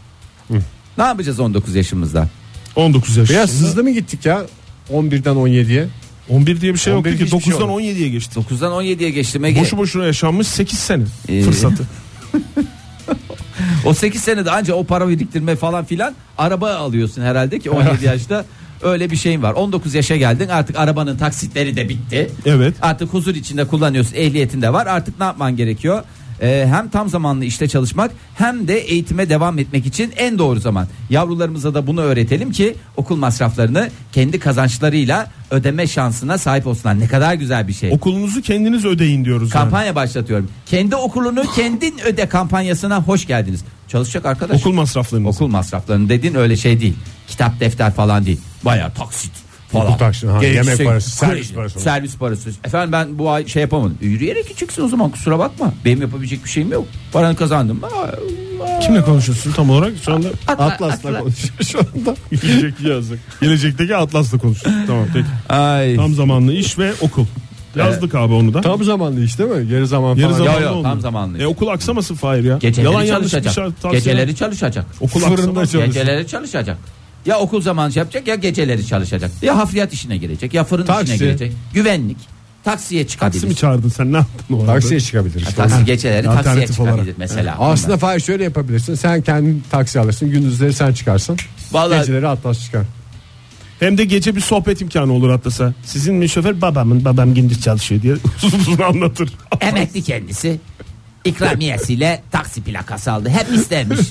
Ne yapacağız on dokuz yaşımızda? on dokuz yaşında. Biraz hızlı mı gittik ya? on birden on yediye. on bir diye bir şey on yoktu bir ki. hiçbir şey dokuzdan yok. on yediye geçti. dokuzdan on yediye geçtim Ege. Boşu boşuna yaşanmış sekiz sene Ee, fırsatı. O sekiz senede ancak o para biriktirme falan filan, araba alıyorsun herhalde ki on yedi yaşta öyle bir şeyin var. on dokuz yaşa geldin, artık arabanın taksitleri de bitti. Evet. Artık huzur içinde kullanıyorsun, ehliyetin de var. Artık ne yapman gerekiyor? Ee, hem tam zamanlı işte çalışmak hem de eğitime devam etmek için en doğru zaman. Yavrularımıza da bunu öğretelim ki okul masraflarını kendi kazançlarıyla ödeme şansına sahip olsunlar. Ne kadar güzel bir şey. Okulunuzu kendiniz ödeyin diyoruz. yani. Kampanya başlatıyorum. Kendi okulunu kendin öde kampanyasına hoş geldiniz. Çalışacak arkadaş. Okul masraflarınız. Okul masraflarını dediğin öyle şey değil. Kitap defter falan değil. Bayağı taksit falan. Okul taksiti, ha, Gerekirse yemek parası, kredi, servis parası. Servis parası. Efendim ben bu ay şey yapamadım. Yürüyerek gideceksin o zaman, kusura bakma. Benim yapabilecek bir şeyim yok. Paranı kazandım. Kimle konuşuyorsun tam olarak şu anda? Atlas'la konuşuyor şu anda. Gelecek yazdık. Gelecekteki Atlas'la konuşuyoruz. Tamam peki. Ay. Tam zamanlı iş ve okul. Yazdık abi onu da. Tam zamanlı iş değil mi? Yarı zaman Yarı falan. zaman- Yo yo oldu. tam zamanlı. E okul aksamasın Fahir ya. Geceleri Yalan yanlış bir çalışacak. şey tavsiye. Geceleri çalışacak. Okul Fırında aksamaz. çalışacak. Geceleri çalışacak. Ya okul zamanı şey yapacak ya geceleri çalışacak. Ya hafriyat işine girecek ya fırın Taksi. işine girecek. Güvenlik. Taksiye çıkabilir. Taksi mi çağırdın sen, ne yaptın o arada? Taksiye çıkabilir. Ha, işte. taksi geceleri taksiye Alternatif çıkabilir olarak. mesela. Aslında Fahir şöyle yapabilirsin. Sen kendin taksi alırsın. Gündüzleri sen çıkarsın. Vallahi- Geceleri Atlas çıkar. Hem de gece bir sohbet imkanı olur Atlas'a. Sizin mi şoför? Babamın, babam gündüz çalışıyor diye uzun uzun anlatır. Emekli kendisi. İkramiyesiyle taksi plakası aldı. Hep istermiş.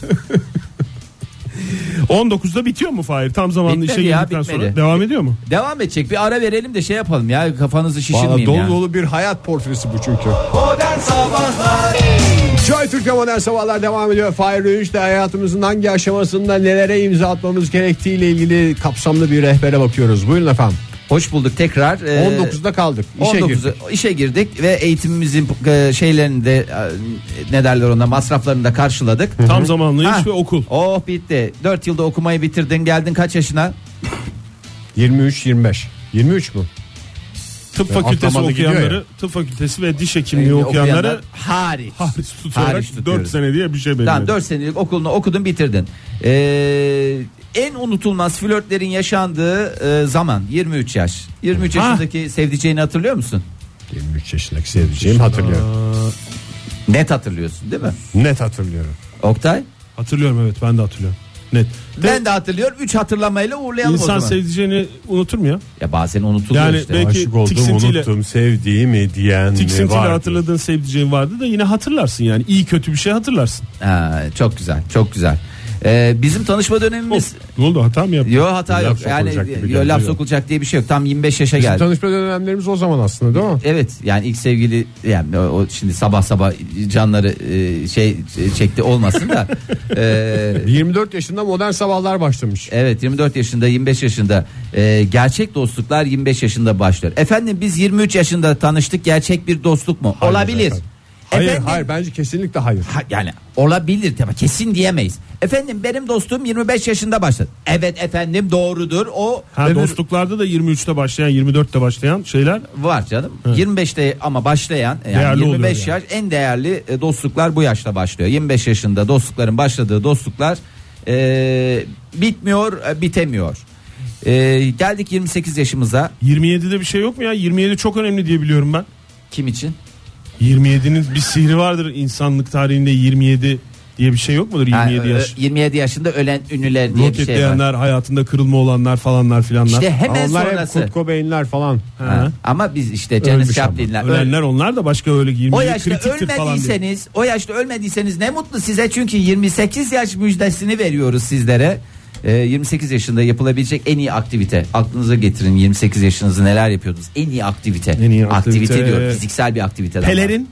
on dokuzda bitiyor mu Fahir? Tam zamanlı Bitmedi işe ya, girdikten bitmedi. sonra devam ediyor mu? Devam edecek. Bir ara verelim de şey yapalım ya. Kafanızı Valla şişirmeyin dolu ya. dolu bir hayat portresi bu çünkü. Modern Sabahlar. Joy Türk'te Modern Sabahlar devam ediyor. Fahir Öğünç de hayatımızın hangi aşamasında nelere imza atmamız gerektiğiyle ilgili kapsamlı bir rehbere bakıyoruz. Buyurun efendim. Hoş bulduk tekrar. Ee, on dokuzda kaldık. İşe on dokuzda girdik. işe girdik ve eğitimimizin e, şeylerini de e, ne derler ona, masraflarını da karşıladık. Tam zamanlı Ha. iş ve okul. Oh bitti. dört yılda okumayı bitirdin, geldin kaç yaşına? yirmi üç yirmi beş. yirmi üç mü? Tıp Ya, fakültesi atlamadı gidiyor okuyanları, ya. tıp fakültesi ve diş hekimliği Ee, okuyanları okuyanlar hariç. hariç tutarak Hariç dört tutuyoruz. sene diye bir şey belirledi. Tamam, dört senelik okulunu okudun, bitirdin. Ee, en unutulmaz flörtlerin yaşandığı e, zaman yirmi üç yaş. yirmi üç Ha. yaşındaki sevdiceğini hatırlıyor musun? yirmi üç yaşındaki sevdiceğimi hatırlıyorum. Net hatırlıyorsun değil mi? Net hatırlıyorum. Oktay? Hatırlıyorum, evet, ben de hatırlıyorum. Net. Ben de hatırlıyorum. üç hatırlamayla uğurlayalım o İnsan zaman. sevdiceğini unutur mu ya? Ya bazen unutuluyor Yani işte. belki Aşık oldum, tiksintiyle- unuttum, sevdiğimi diyen Tiksintiyle vardı. hatırladığın sevdiceğin vardı da yine hatırlarsın yani. İyi kötü bir şey hatırlarsın. Ha, çok güzel, çok güzel. Ee, bizim tanışma dönemimiz... Ne oldu, hata mı yaptın? Yok, hata Laf yok. Yani sokulacak gibi yo, geldi laf ya. sokulacak diye bir şey yok. Tam yirmi beş yaşa Bizim geldi. tanışma dönemlerimiz o zaman aslında değil mi? Evet, yani ilk sevgili, yani o, o şimdi sabah sabah canları e, şey çekti olmasın da. e, yirmi dört yaşında Modern Sabahlar başlamış. Evet, yirmi dört yaşında, yirmi beş yaşında e, gerçek dostluklar yirmi beş yaşında başlıyor. Efendim biz yirmi üç yaşında tanıştık, gerçek bir dostluk mu? Hayır Olabilir. efendim. Hayır Efendim- hayır bence kesinlikle hayır. Ha, yani olabilir tabii, kesin diyemeyiz. Efendim benim dostum yirmi beş yaşında başladı. Evet efendim, doğrudur. O Ha, öbür- dostluklarda da yirmi üçte başlayan, yirmi dörtte başlayan şeyler. var canım. yirmi beşte ama başlayan, yani Değerli yirmi beş oluyor yaş en değerli e, dostluklar bu yaşta başlıyor. yirmi beş yaşında dostlukların başladığı dostluklar e, bitmiyor, e, bitemiyor. E, geldik yirmi sekiz yaşımıza. yirmi yedide bir şey yok mu ya? yirmi yedi çok önemli diye biliyorum ben. Kim için? yirmi yedinin bir sihri vardır insanlık tarihinde. Yirmi yedi diye bir şey yok mudur? Ha, yirmi yedi yaş. e, yirmi yedi yaşında ölen ünlüler diye bir şey var. Roketleyenler, hayatında kırılma olanlar falanlar filanlar. İşte hemen Onlar hep sonrası. Kurt Cobain'ler falan. Ha, ama biz işte Janis Ölmüş ama. Chaplin'ler. öl- Ölenler onlar da başka, öyle yirmi O yedi yaşta kritiktir falan diye. ölmediyseniz, o yaşta ölmediyseniz ne mutlu size, çünkü yirmi sekiz yaş müjdesini veriyoruz sizlere. Ee, yirmi sekiz yaşında yapılabilecek en iyi aktivite. Aklınıza getirin, yirmi sekiz yaşınızda neler yapıyordunuz? En iyi aktivite. En iyi aktivite. diyor. Fiziksel bir aktivite. Pelerin?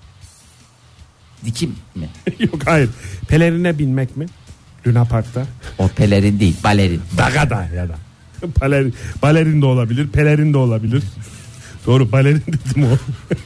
Dikim mi? Yok, hayır. Pelerine binmek mi? Luna Park'ta. O pelerin değil, balerin. Dagada ya da. Balerin, balerin de olabilir, pelerin de olabilir. Doğru, balerin dedim o.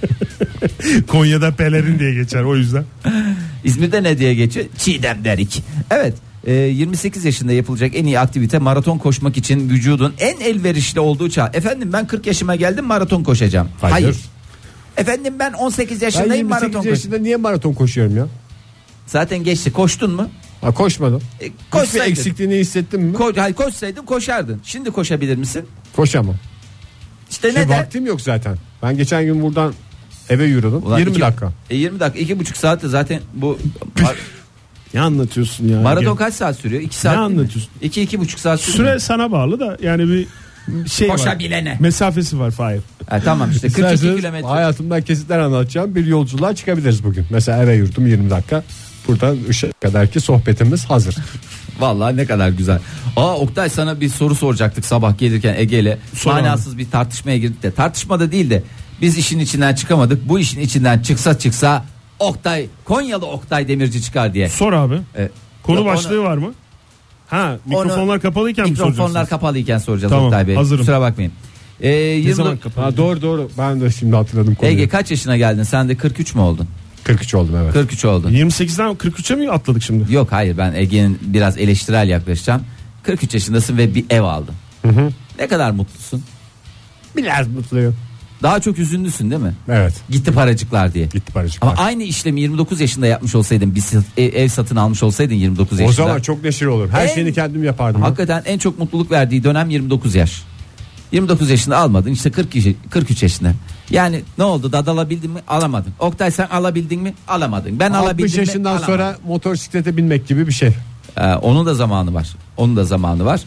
Konya'da pelerin diye geçer, o yüzden. İzmir'de ne diye geçiyor? Çiğdem derik. Evet. e, yirmi sekiz yaşında yapılacak en iyi aktivite maraton koşmak için vücudun en elverişli olduğu çağ. Efendim ben kırk yaşıma geldim, maraton koşacağım. Hayır. Hayır. Efendim ben on sekiz Ben yaşındayım, yirmi maraton sekiz koşacağım. yaşında niye maraton koşuyorum ya? Zaten geçti. Koştun mu? Ha, koşmadım. E, Hiçbir koşsaydın. eksikliğini hissettin mi? Ko- hayır, koşsaydın koşardın. Şimdi koşabilir misin? Koşamam. İşte Şimdi neden? vaktim yok zaten. Ben geçen gün buradan eve yürüdüm. Ulan yirmi iki- dakika. E, yirmi dakika, iki buçuk saatte zaten bu mar- Ne anlatıyorsun ya? maraton Gel. kaç saat sürüyor? iki saat. Ne değil mi? anlatıyorsun? İki, iki buçuk saat sürüyor. Süre sana bağlı da yani bir şey Koşabilene. var. Mesafesi var Fahir. Ha, tamam işte kırk iki İsterseniz kilometre. hayatımdan kesitler anlatacağım bir yolculuğa çıkabiliriz bugün. Mesela eve yürüdüm yirmi dakika. Buradan ışığa kadar ki sohbetimiz hazır. Vallahi ne kadar güzel. Aa Oktay, sana bir soru soracaktık sabah gelirken Ege'yle. Sor Manasız bir tartışmaya girdik de. Tartışmada değil de biz işin içinden çıkamadık. Bu işin içinden çıksa çıksa Oktay, Konyalı Oktay Demirci çıkar diye. Sor abi. E, Konu Yok, onu- başlığı var mı? Ha, mikrofonlar kapalıyken mi Mikrofonlar soracaksınız? kapalıyken soracağız Tamam, Oktay Bey. hazırım. Kusura bakmayın. Ee, Ne yirmi- zaman kapalı? Ha, doğru doğru ben de şimdi hatırladım konuyu. Ege kaç yaşına geldin? Sen de kırk üç mü oldun? kırk üç oldum evet. kırk üç oldun. yirmi sekizden kırk üçe mi atladık şimdi? Yok hayır, ben Ege'nin biraz eleştirel yaklaşacağım. kırk üç yaşındasın ve bir ev aldın. Ne kadar mutlusun? Biraz mutluyum. Daha çok üzünlüsün değil mi? Evet. Gitti paracıklar diye. Gitti paracıklar. Ama aynı işlemi yirmi dokuz yaşında yapmış olsaydın, bir sat- ev, ev satın almış olsaydın yirmi dokuz O yaşında. zaman çok neşeli olur. Her En- şeyini kendim yapardım. Hakikaten en çok mutluluk verdiği dönem yirmi dokuz yaş. yirmi dokuz yaşında almadın, işte kırk yaş- kırk üç yaşında. Yani ne oldu, dad alabildin mi? Alamadın. Oktay sen alabildin mi? Alamadın. Ben altmış alabildim mi? yaşından Alamadım. sonra motosiklete binmek gibi bir şey. Ee, onun da zamanı var. Onun da zamanı var.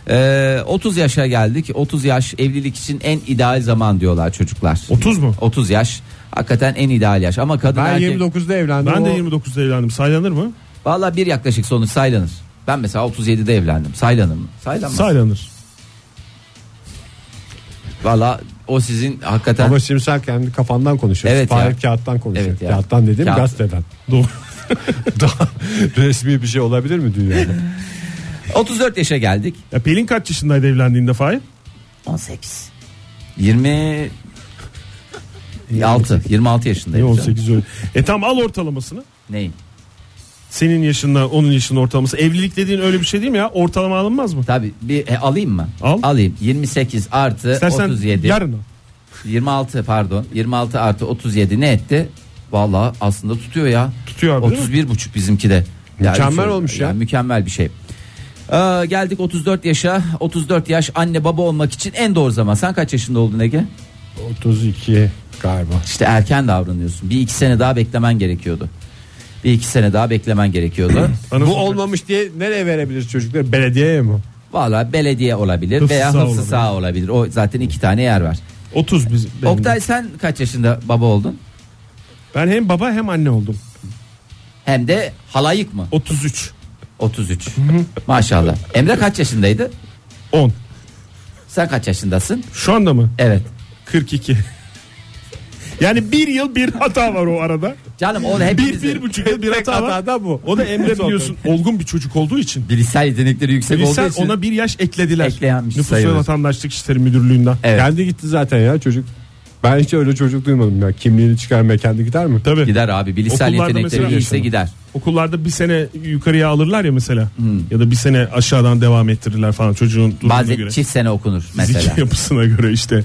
Ee, otuz yaşa geldik. otuz yaş evlilik için en ideal zaman diyorlar çocuklar. otuz mu? otuz yaş hakikaten en ideal yaş ama kadın Ben erkek. yirmi dokuzda evlendim. Ben de o... yirmi dokuzda evlendim. Saylanır mı? Valla bir yaklaşık sonuç saylanır. Ben mesela otuz yedide evlendim. Saylanır mı? Saylanmaz. Saylanır. Valla o sizin hakikaten. Ama şimdi sen kendi kafandan konuşuyorsun. Evet Fahir ya. kağıttan konuşuyor. Evet ya. Kağıttan dediğim Kağıt. gazeteden. Doğru. Daha resmi bir şey olabilir mi dünyada? otuz dört yaşa geldik. Ya Pelin kaç yaşındaydı evlendiğinde Fahir? on sekiz. yirmi altı. yirmi altı Ne yaşındayım. on sekiz öyle. E tam al ortalamasını. Neyim? Senin yaşında onun yaşında ortalaması. Evlilik dediğin öyle bir şey değil mi ya? Ortalama alınmaz mı? Tabii bir e, alayım mı? Al. Alayım. yirmi sekiz artı İstersen otuz yedi. yarın al. yirmi altı pardon. yirmi altı artı otuz yedi ne etti? Vallahi aslında tutuyor ya. Tutuyor abi, değil otuz bir buçuk bizimki de. Mükemmel üç- olmuş ya. yani mükemmel bir şey. Ee, geldik otuz dört yaşa. otuz dört yaş anne baba olmak için en doğru zaman. Sen kaç yaşında oldun Ege? otuz iki galiba. İşte erken davranıyorsun. Bir iki sene daha beklemen gerekiyordu. Bir iki sene daha beklemen gerekiyordu. Bu olmamış diye nereye verebiliriz çocukları? Belediyeye mi? Vallahi belediye olabilir Hıfzı veya saha hıfzı olabilir. saha olabilir. O zaten iki tane yer var. otuz biz. benim de. Oktay sen kaç yaşında baba oldun? Ben hem baba hem anne oldum. Hem de halayık mı? otuz üç. otuz üç. Maşallah. Emre kaç yaşındaydı? on. Sen kaç yaşındasın? Şu anda mı? Evet. kırk iki. Yani bir yıl bir hata var o arada. Canım o Bir, hepimizin bir buçuk yıl bir hata var. da bu. O da Emre biliyorsun olgun bir çocuk olduğu için. bilişsel yetenekleri yüksek Bilsen olduğu için. ona bir yaş eklediler. Ekleyenmiş Nüfus ve sayılır. Vatandaşlık İşleri Müdürlüğü'nden. Evet. Kendi gitti zaten ya çocuk. Ben hiç öyle çocuk duymadım ya. Kimliğini çıkarmaya kendi gider mi? Tabii. Gider abi bilişsel Okullarda yetenekleri mesela iyiyse yaşanır. gider. Okullarda bir sene yukarıya alırlar ya mesela. Hmm. Ya da bir sene aşağıdan devam ettirirler falan çocuğun durumuna Bazen göre. çift sene okunur mesela. Fiziki yapısına göre işte.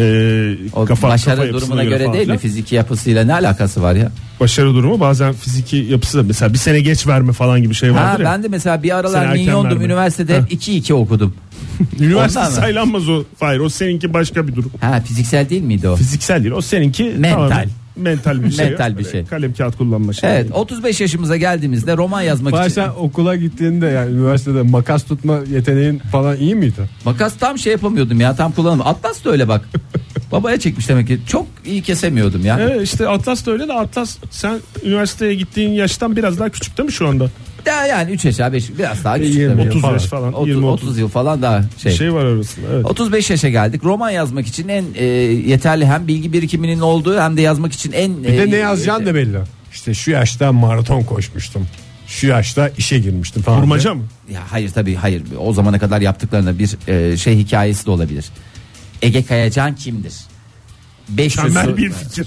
E, O kafa, başarı kafa yapısına durumuna göre falan değil mi? filan. Fiziki yapısıyla ne alakası var ya? Başarı durumu bazen fiziki yapısı da mesela bir sene geç verme falan gibi şey Ha, vardır ya. ben de mesela bir Sen aralar erken minyondum verme. üniversitede hep iki iki okudum. Üniversite Ondan mı? saylanmaz o. Hayır o seninki başka bir durum. Ha fiziksel değil miydi o? Fiziksel değil o seninki Mental. tamamen mental bir şey. Mental bir şey. Kalem kağıt kullanma şey. Evet otuz beş yaşımıza geldiğimizde roman yazmak Fahir için. sen okula gittiğinde yani üniversitede makas tutma yeteneğin falan iyi miydi? Makas tam şey yapamıyordum ya tam kullanamıyordum. Atlas da öyle bak. Babaya çekmiş demek ki. Çok iyi kesemiyordum ya. Evet işte Atlas da öyle de Atlas sen üniversiteye gittiğin yaştan biraz daha küçük değil mi şu anda? Ya yani üç yaş beş biraz daha küçük yirmi, tabii. otuz falan. yaş falan. otuz, yirmi otuz yıl falan daha şey. şey var arasında. Evet. otuz beş yaşa geldik. Roman yazmak için en e, yeterli hem bilgi birikiminin olduğu hem de yazmak için en Bir de ne yazacağın da belli. İşte şu yaşta maraton koşmuştum. Şu yaşta işe girmiştim falan. Kurmaca mı? Ya hayır tabii hayır. O zamana kadar yaptıklarında bir e, şey hikayesi de olabilir. Ege Kayacan kimdir? beş yüz Mükemmel soru- bir fikir.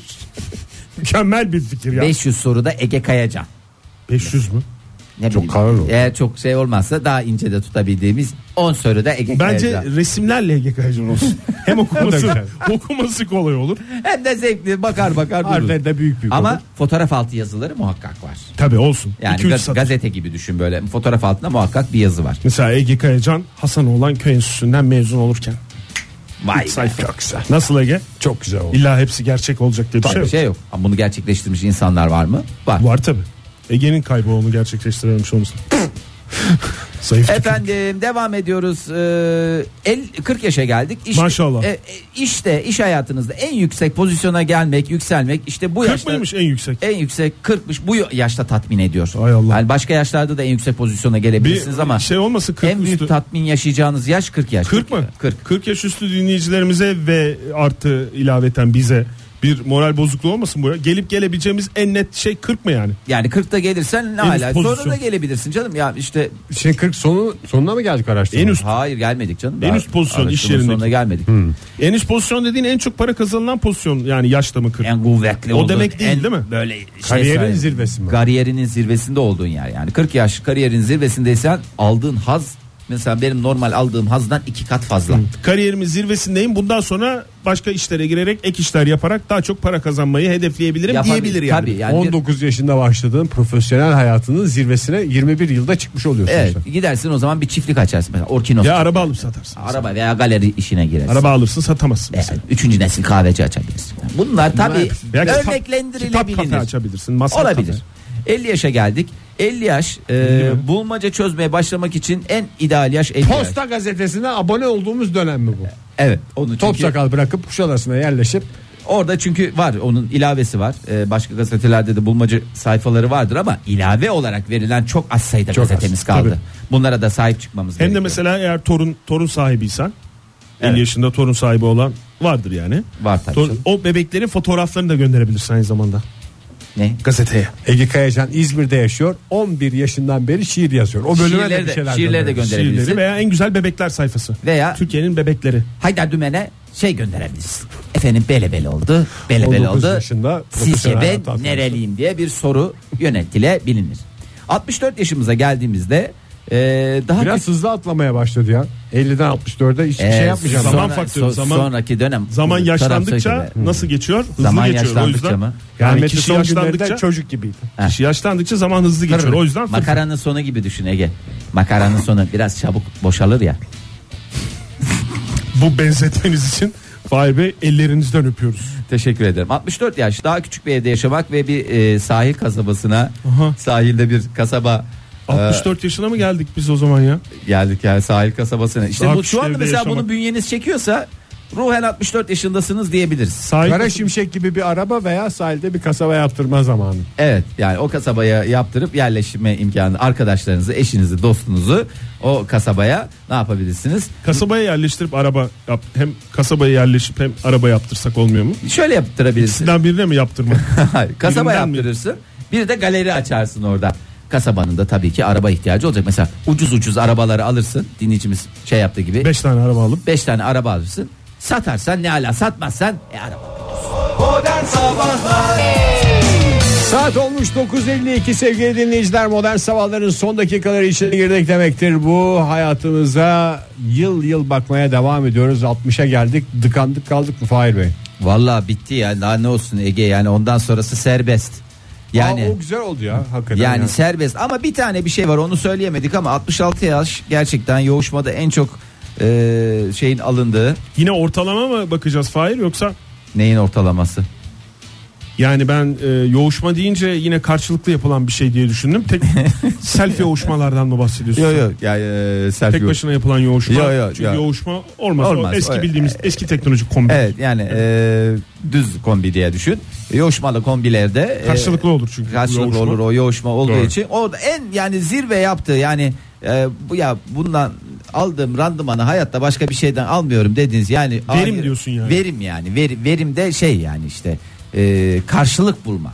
Mükemmel bir fikir ya. beş yüz soruda Ege Kayacan. beş yüz mü? Ne Çok bileyim, kalın oldu. eğer çok şey olmazsa daha ince de tutabildiğimiz on soruda Ege Bence Kayacan. resimlerle Ege Kayacan olsun. Hem okuması güzel. okuması kolay olur. Hem de zevkli bakar bakar durur. Harfleri de büyük büyük Ama olur. fotoğraf altı yazıları muhakkak var. Tabii olsun. Yani iki üç gaz- satır. gazete gibi düşün böyle. Fotoğraf altında muhakkak bir yazı var. Mesela Ege Kayacan Hasanoğlan Köy Enstitüsü'nden mezun olurken. Vay be. Sayfa. Çok güzel. Nasıl Ege? Çok güzel oldu. İlla hepsi gerçek olacak diye bir Tabii şey bir yok. şey yok. Ama bunu gerçekleştirmiş insanlar var mı? Var. Var tabii. Ege'nin kaybı onu gerçekleştirememiş olmasın. Zayıf tükürük. Efendim devam ediyoruz. Ee, el, kırk yaşa geldik. İş, Maşallah. E, e, işte iş hayatınızda en yüksek pozisyona gelmek, yükselmek işte bu kırk yaşta. mıymış en yüksek? En yüksek kırkmış bu yaşta tatmin ediyor. Ay Allah. Yani başka yaşlarda da en yüksek pozisyona gelebilirsiniz Bir ama şey olmasın kırk en büyük üstü. tatmin yaşayacağınız yaş kırk yaş. kırk mı? kırk. kırk yaş üstü dinleyicilerimize ve artı ilaveten bize bir moral bozukluğu olmasın bu ya. Gelip gelebileceğimiz en net şey kırk mı yani? Yani kırkta gelirsen ne En üst hala. pozisyon. Sonra da gelebilirsin canım. Ya işte Şimdi kırk sonu sonuna mı geldik araştırma? En üst hayır gelmedik canım. En Daha üst pozisyon, iş araştırma yerindeki. sonuna gelmedik. en üst pozisyon dediğin en çok para kazanılan pozisyon yani yaşta mı kırk? En kuvvetli O olduğun, demek değil, en değil mi? Böyle şey Kariyerin sahibi- zirvesi mi? Kariyerinin zirvesinde olduğun yer yani. kırk yaş kariyerin zirvesindeysen aldığın haz mesela benim normal aldığım hazdan iki kat fazla. Kariyerimin zirvesindeyim. Bundan sonra başka işlere girerek ek işler yaparak daha çok para kazanmayı hedefleyebilirim Yapabil- diyebilir yani. Tabii yani. on dokuz yaşında başladığın profesyonel hayatının zirvesine yirmi bir yılda çıkmış oluyorsun. Evet sen. gidersin o zaman bir çiftlik açarsın mesela Orkinos. Ya araba alıp satarsın. Araba veya galeri işine girersin. Araba alırsın satamazsın Veya mesela. üçüncü nesil kahveci açabilirsin. Bunlar tabii Veya kitap- kitap kafe örneklendirilebilir. açabilirsin. Masa Olabilir. kafe. elli yaşa geldik. elli yaş e, bulmaca çözmeye başlamak için en ideal yaş elli yaş. Posta gazetesine abone olduğumuz dönem mi bu? Evet. Onu Top çünkü, sakal bırakıp Kuşadası'na yerleşip. orada çünkü var, onun ilavesi var. Ee, başka gazetelerde de bulmaca sayfaları vardır ama ilave olarak verilen çok az sayıda Çok gazetemiz az, kaldı. tabii. Bunlara da sahip çıkmamız Hem gerekiyor. de mesela eğer torun torun sahibiysen, Evet. elli yaşında torun sahibi olan vardır yani. Var tabii Tor- canım. o bebeklerin fotoğraflarını da gönderebilirsin aynı zamanda Ne? gazeteye. Ege Kayacan İzmir'de yaşıyor. on bir yaşından beri şiir yazıyor. O bölüme de Şiirleri bir de- şeyler şiirleri de gönderiyor. gönderebilirsin. Şiirleri veya en güzel bebekler sayfası. Veya Türkiye'nin bebekleri. Haydar Dümen'e şey gönderebiliriz. Efendim bele bele oldu. Bele on bele dokuz oldu. yaşında Sizce profesyonel ben hayat atlamış. nereliyim diye bir soru yöneltilebilir. altmış dört yaşımıza geldiğimizde e, daha Biraz hızlı atlamaya başladı ya. elliden altmış dörde hiçbir Ee, şey yapmayacağım. Zaman sonra- faktörü, so- zaman- sonraki dönem Zaman Taraf yaşlandıkça söyledi. nasıl geçiyor? Hızlı Zaman geçiyor. O yaşlandıkça yüzden mı? yani Rahmetli kişi son günlerinde yaşlandıkça çocuk gibiydi. Ha. kişi yaşlandıkça zaman hızlı geçiyor. O yüzden Makaranın sonu gibi düşün Ege. Makaranın sonu biraz çabuk boşalır ya. bu benzetmeniz için Fahir Bey ellerinizden öpüyoruz. Teşekkür ederim. altmış dört yaş, daha küçük bir evde yaşamak ve bir e, sahil kasabasına, Aha. sahilde bir kasaba e, altmış dört yaşına mı geldik biz o zaman ya? geldik yani sahil kasabasına. İşte Daha bu küçük şu anda evde mesela yaşamak. bunu bünyeniz çekiyorsa ruhen altmış dört yaşındasınız diyebiliriz. Sahil Kara kasabı- Şimşek gibi bir araba veya sahilde bir kasaba yaptırma zamanı. Evet, yani o kasabaya yaptırıp yerleşme imkanı, arkadaşlarınızı, eşinizi, dostunuzu o kasabaya ne yapabilirsiniz? Kasabaya yerleştirip araba yap, hem kasabaya yerleşip hem araba yaptırsak olmuyor mu? Şöyle yaptırabilirsiniz. Sizden birine mi yaptırmak? Hayır, kasaba Birinden mi? yaptırırsın. Bir de galeri açarsın orada. Kasabanın da tabii ki araba ihtiyacı olacak. Mesela ucuz ucuz arabaları alırsın. Dinleyicimiz şey yaptığı gibi. Beş tane araba alıp. Beş tane araba alırsın. Satarsan ne ala, satmazsan e araba. Modern Sabahlar Saat olmuş dokuz elli iki sevgili dinleyiciler. Modern Sabahların son dakikaları içine girdik demektir. Bu hayatımıza yıl yıl bakmaya devam ediyoruz. altmışa geldik, dıkandık kaldık mı Fahir Bey? Vallahi bitti ya, daha ne olsun Ege, yani ondan sonrası serbest. Yani Aa, o güzel oldu ya hakikaten. yani ya. serbest, ama bir tane bir şey var, onu söyleyemedik ama altmış altı yaş gerçekten yoğuşmada en çok e, şeyin alındığı. Yine ortalama mı bakacağız Fahir, yoksa Neyin ortalaması? yani ben e, yoğuşma deyince yine karşılıklı yapılan bir şey diye düşündüm. Tek selfie yoğuşmalardan mı bahsediyorsun? Yok yok yani e, selfie Tek yok. başına yapılan yoğuşma. Yo, yo, Çünkü yo. yoğuşma olmaz. Olmaz. O eski O- bildiğimiz eski teknolojik kombi. Evet yani e, düz kombi diye düşün. Yoğuşmalı kombilerde e, Karşılıklı olur çünkü. bu karşılıklı yoğuşma. olur o yoğuşma olduğu Doğru. için. Orada en yani zirve yaptı yani e, bu ya bundan aldığım randımanı hayatta başka bir şeyden almıyorum dediniz yani. Verim hayır, diyorsun yani. Verim yani ver, verim de şey yani işte e, karşılık bulma.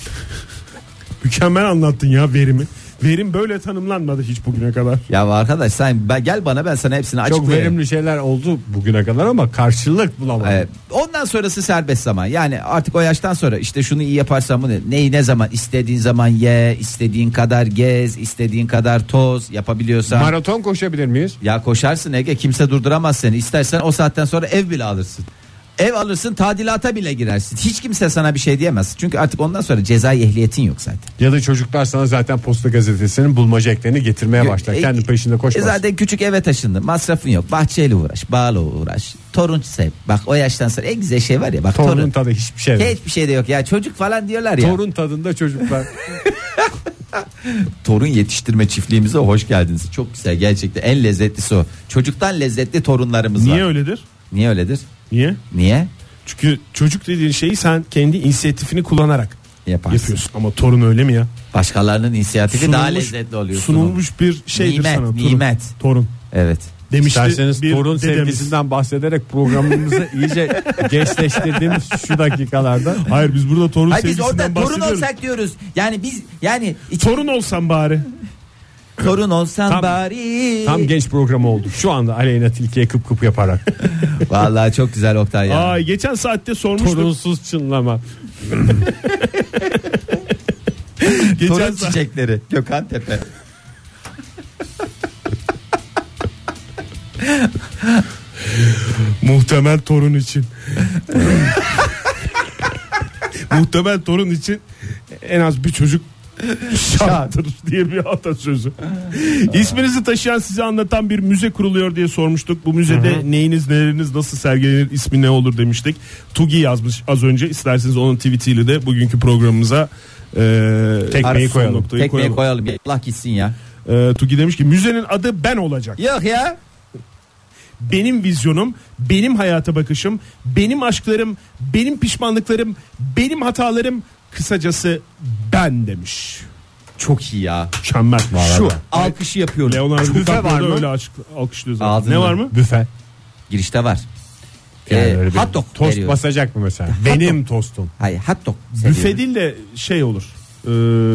Mükemmel anlattın ya verimi. Verim böyle tanımlanmadı hiç bugüne kadar. Ya arkadaş sen ben, gel bana ben sana hepsini Çok açıklayayım. verimli şeyler oldu bugüne kadar ama karşılık bulamadım. Evet. Ondan sonrası serbest zaman. Yani artık o yaştan sonra işte şunu iyi yaparsam bunu neyi ne zaman istediğin zaman ye, istediğin kadar gez, istediğin kadar toz yapabiliyorsan. Maraton koşabilir miyiz? Ya koşarsın Ege, kimse durduramaz seni. İstersen o saatten sonra ev bile alırsın. Ev alırsın, tadilata bile girersin. Hiç kimse sana bir şey diyemez. Çünkü artık ondan sonra cezai ehliyetin yok zaten. Ya da çocuklar sana zaten Posta Gazetesi'nin bulmaca eklerini getirmeye başlar. E, Kendi peşinde E koşmaz. zaten küçük eve taşındın. Masrafın yok. Bahçeyle uğraş, bağla uğraş. Torun sev. Bak o yaştan sonra en güzel şey var ya. Bak Torunun torun. tadı hiçbir şey yok. Hiçbir şey de yok ya. Çocuk falan diyorlar ya. Torun tadında çocuklar. Torun yetiştirme çiftliğimize hoş geldiniz. Çok güzel, gerçekten en lezzetlisi o. Çocuktan lezzetli torunlarımız Niye var. öyledir? Niye öyledir? Niye? Niye? Çünkü çocuk dediğin şeyi sen kendi inisiyatifini kullanarak Yaparsın. yapıyorsun. Ama torun öyle mi ya? Başkalarının inisiyatifi Sunulmuş- daha lezzetli oluyor. Sunulmuş bir şeydir Nimet, sana. Torun. nimet. Torun. Evet. Demişti İsterseniz bir torun dedemiz. sevgisinden bahsederek programımızı iyice gençleştirdiğimiz şu dakikalarda. Hayır, biz burada torun Hayır biz sevgisinden orada torun bahsediyoruz. olsak diyoruz. Yani biz yani iç- Torun olsam bari. torun olsan Tam- bari. Tam genç programı oldu. Şu anda Aleyna Tilki'ye kıp kıp yaparak. Vallahi çok güzel Oktay ya. Aa, geçen saatte sormuştuk. Torunsuz çınlama. Geçen Torun saat- çiçekleri Gökhan Tepe. Muhtemel torun için. Muhtemel torun için en az bir çocuk şarttır diye bir atasözü. İsminizi taşıyan, sizi anlatan bir müze kuruluyor diye sormuştuk. Bu müzede Hı hı. neyiniz neleriniz nasıl sergilenir, ismi ne olur demiştik. Tugi yazmış az önce. İsterseniz onun tweetiyle de bugünkü programımıza Ee, Tekmeyi koyalım. noktayı Tekmeyi koyalım. koyalım. Allah gitsin ya. Ee, Tugi demiş ki müzenin adı ben olacak. Yok ya. Benim vizyonum, benim hayata bakışım, benim aşklarım, benim pişmanlıklarım, benim hatalarım, kısacası ben demiş. Çok iyi ya. Mükemmel. Şu alkışı yapıyorum. Leonardo Büfe var DiCaprio mı? da öyle açık, alkışlıyor zaten. Ağzında. Ne var mı? Büfe. Girişte var. Yani Ee, öyle bir hot dog tost veriyor. basacak mı mesela? Benim tostum. Hayır hot dog. Büfe seviyorum. değil de şey olur. Ee,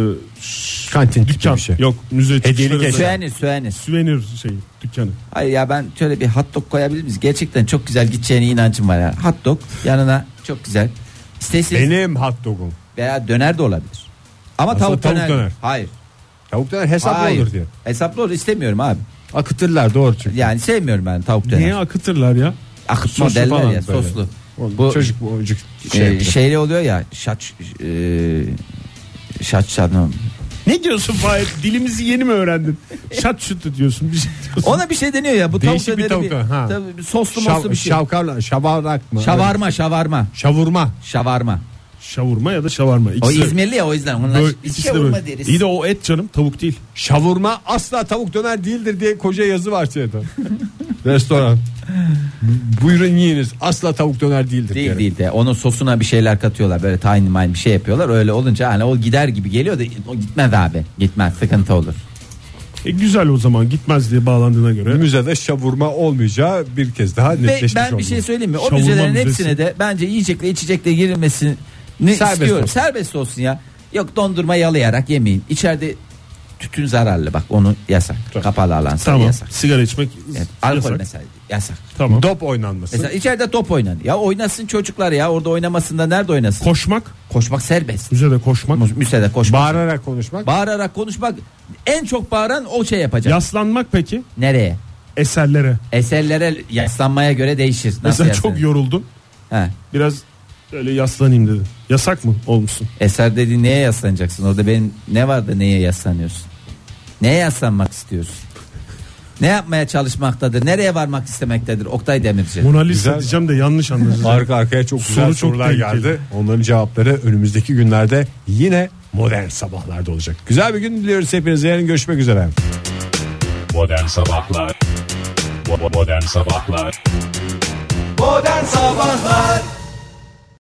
Kantin tipi dükkan. bir şey. Yok müze Hediyelik çıkışlarında- eşya. Süvenir süvenir. Süvenir şey dükkanı. Hayır ya ben şöyle bir hot dog koyabilir miyiz? Gerçekten çok güzel gideceğine inancım var ya. Hot dog yanına çok güzel. İsterseniz Benim hot dogum. veya döner de olabilir. Ama Aslında tavuk, tavuk döner. döner. Hayır. Tavuk döner hesaplı Hayır. olur diye. Hesaplı olur istemiyorum abi. Akıtırlar doğru çünkü. Yani sevmiyorum ben tavuk döner. Niye akıtırlar ya? Akıtma Soslu derler falan ya böyle. soslu. Bu Bu çocuk bu çocuk şey şey. e, yapıyor. şeyli oluyor ya şaç e, şaç şanım. Ne diyorsun Fahir? Dilimizi yeni mi öğrendin? Şat şut diyorsun bir şey diyorsun. Ona bir şey deniyor ya bu Değişik tavuk bir döneri tavuk bir, döner, ha. tabii bir soslu Şav, moslu bir şey. şavkarla, şavarak mı? Şavarma şavarma Şavurma. şavarma. Şavurma ya da şavarma. O İkisi de- İzmirli ya o yüzden onlar böyle, ikisi de şavurma böyle. deriz. İyi de o et canım tavuk değil. Şavurma asla tavuk döner değildir diye koca yazı var şeyde. Restoran. Buyurun yiyiniz. Asla tavuk döner değildir. Değil diye. değil de onun sosuna bir şeyler katıyorlar böyle tahin mahin bir şey yapıyorlar öyle olunca hani o gider gibi geliyor da o gitmez abi gitmez sıkıntı olur. E güzel o zaman gitmez diye bağlandığına göre. Müzede şavurma olmayacağı bir kez daha Ve netleşmiş ben oldu. bir şey söyleyeyim mi o Şavurma müzelerin müzesi. hepsine de bence yiyecekle içecekle girilmesini Serbest istiyorum olsun. serbest olsun ya yok dondurma yalayarak yemeyin içeride tütün zararlı bak onu yasak kapalı alansa Tamam. yasak. Sigara içmek Evet, alkol yasak. mesela yasak. Tamam. Dop oynanması. Mesela içeride top oynanıyor. Ya oynasın çocuklar ya orada oynamasında nerede oynasın? Koşmak. Koşmak serbest. Müzede koşmak. Mü- Müsede koşmak. Bağırarak konuşmak. Bağırarak konuşmak en çok bağıran o şey yapacak. Yaslanmak peki Nereye? eserlere. Eserlere yaslanmaya göre değişir. Nasıl Mesela yaslanır? çok yoruldun. He. Biraz öyle yaslanayım dedin. Yasak mı olmuşsun? Eser dediğin neye yaslanacaksın? Orada benim ne var da neye yaslanıyorsun? Neye yaslanmak istiyorsun? Ne yapmaya çalışmaktadır? Nereye varmak istemektedir? Oktay Demirci. Mona Lisa Güzel. diyeceğim de yanlış anladın. Arka arkaya çok güzel Soru çok sorular tehlikeli. geldi. Onların cevapları önümüzdeki günlerde yine modern sabahlarda olacak. Güzel bir gün diliyoruz hepinize. Yarın görüşmek üzere. Modern Sabahlar Bo- Modern Sabahlar Modern Sabahlar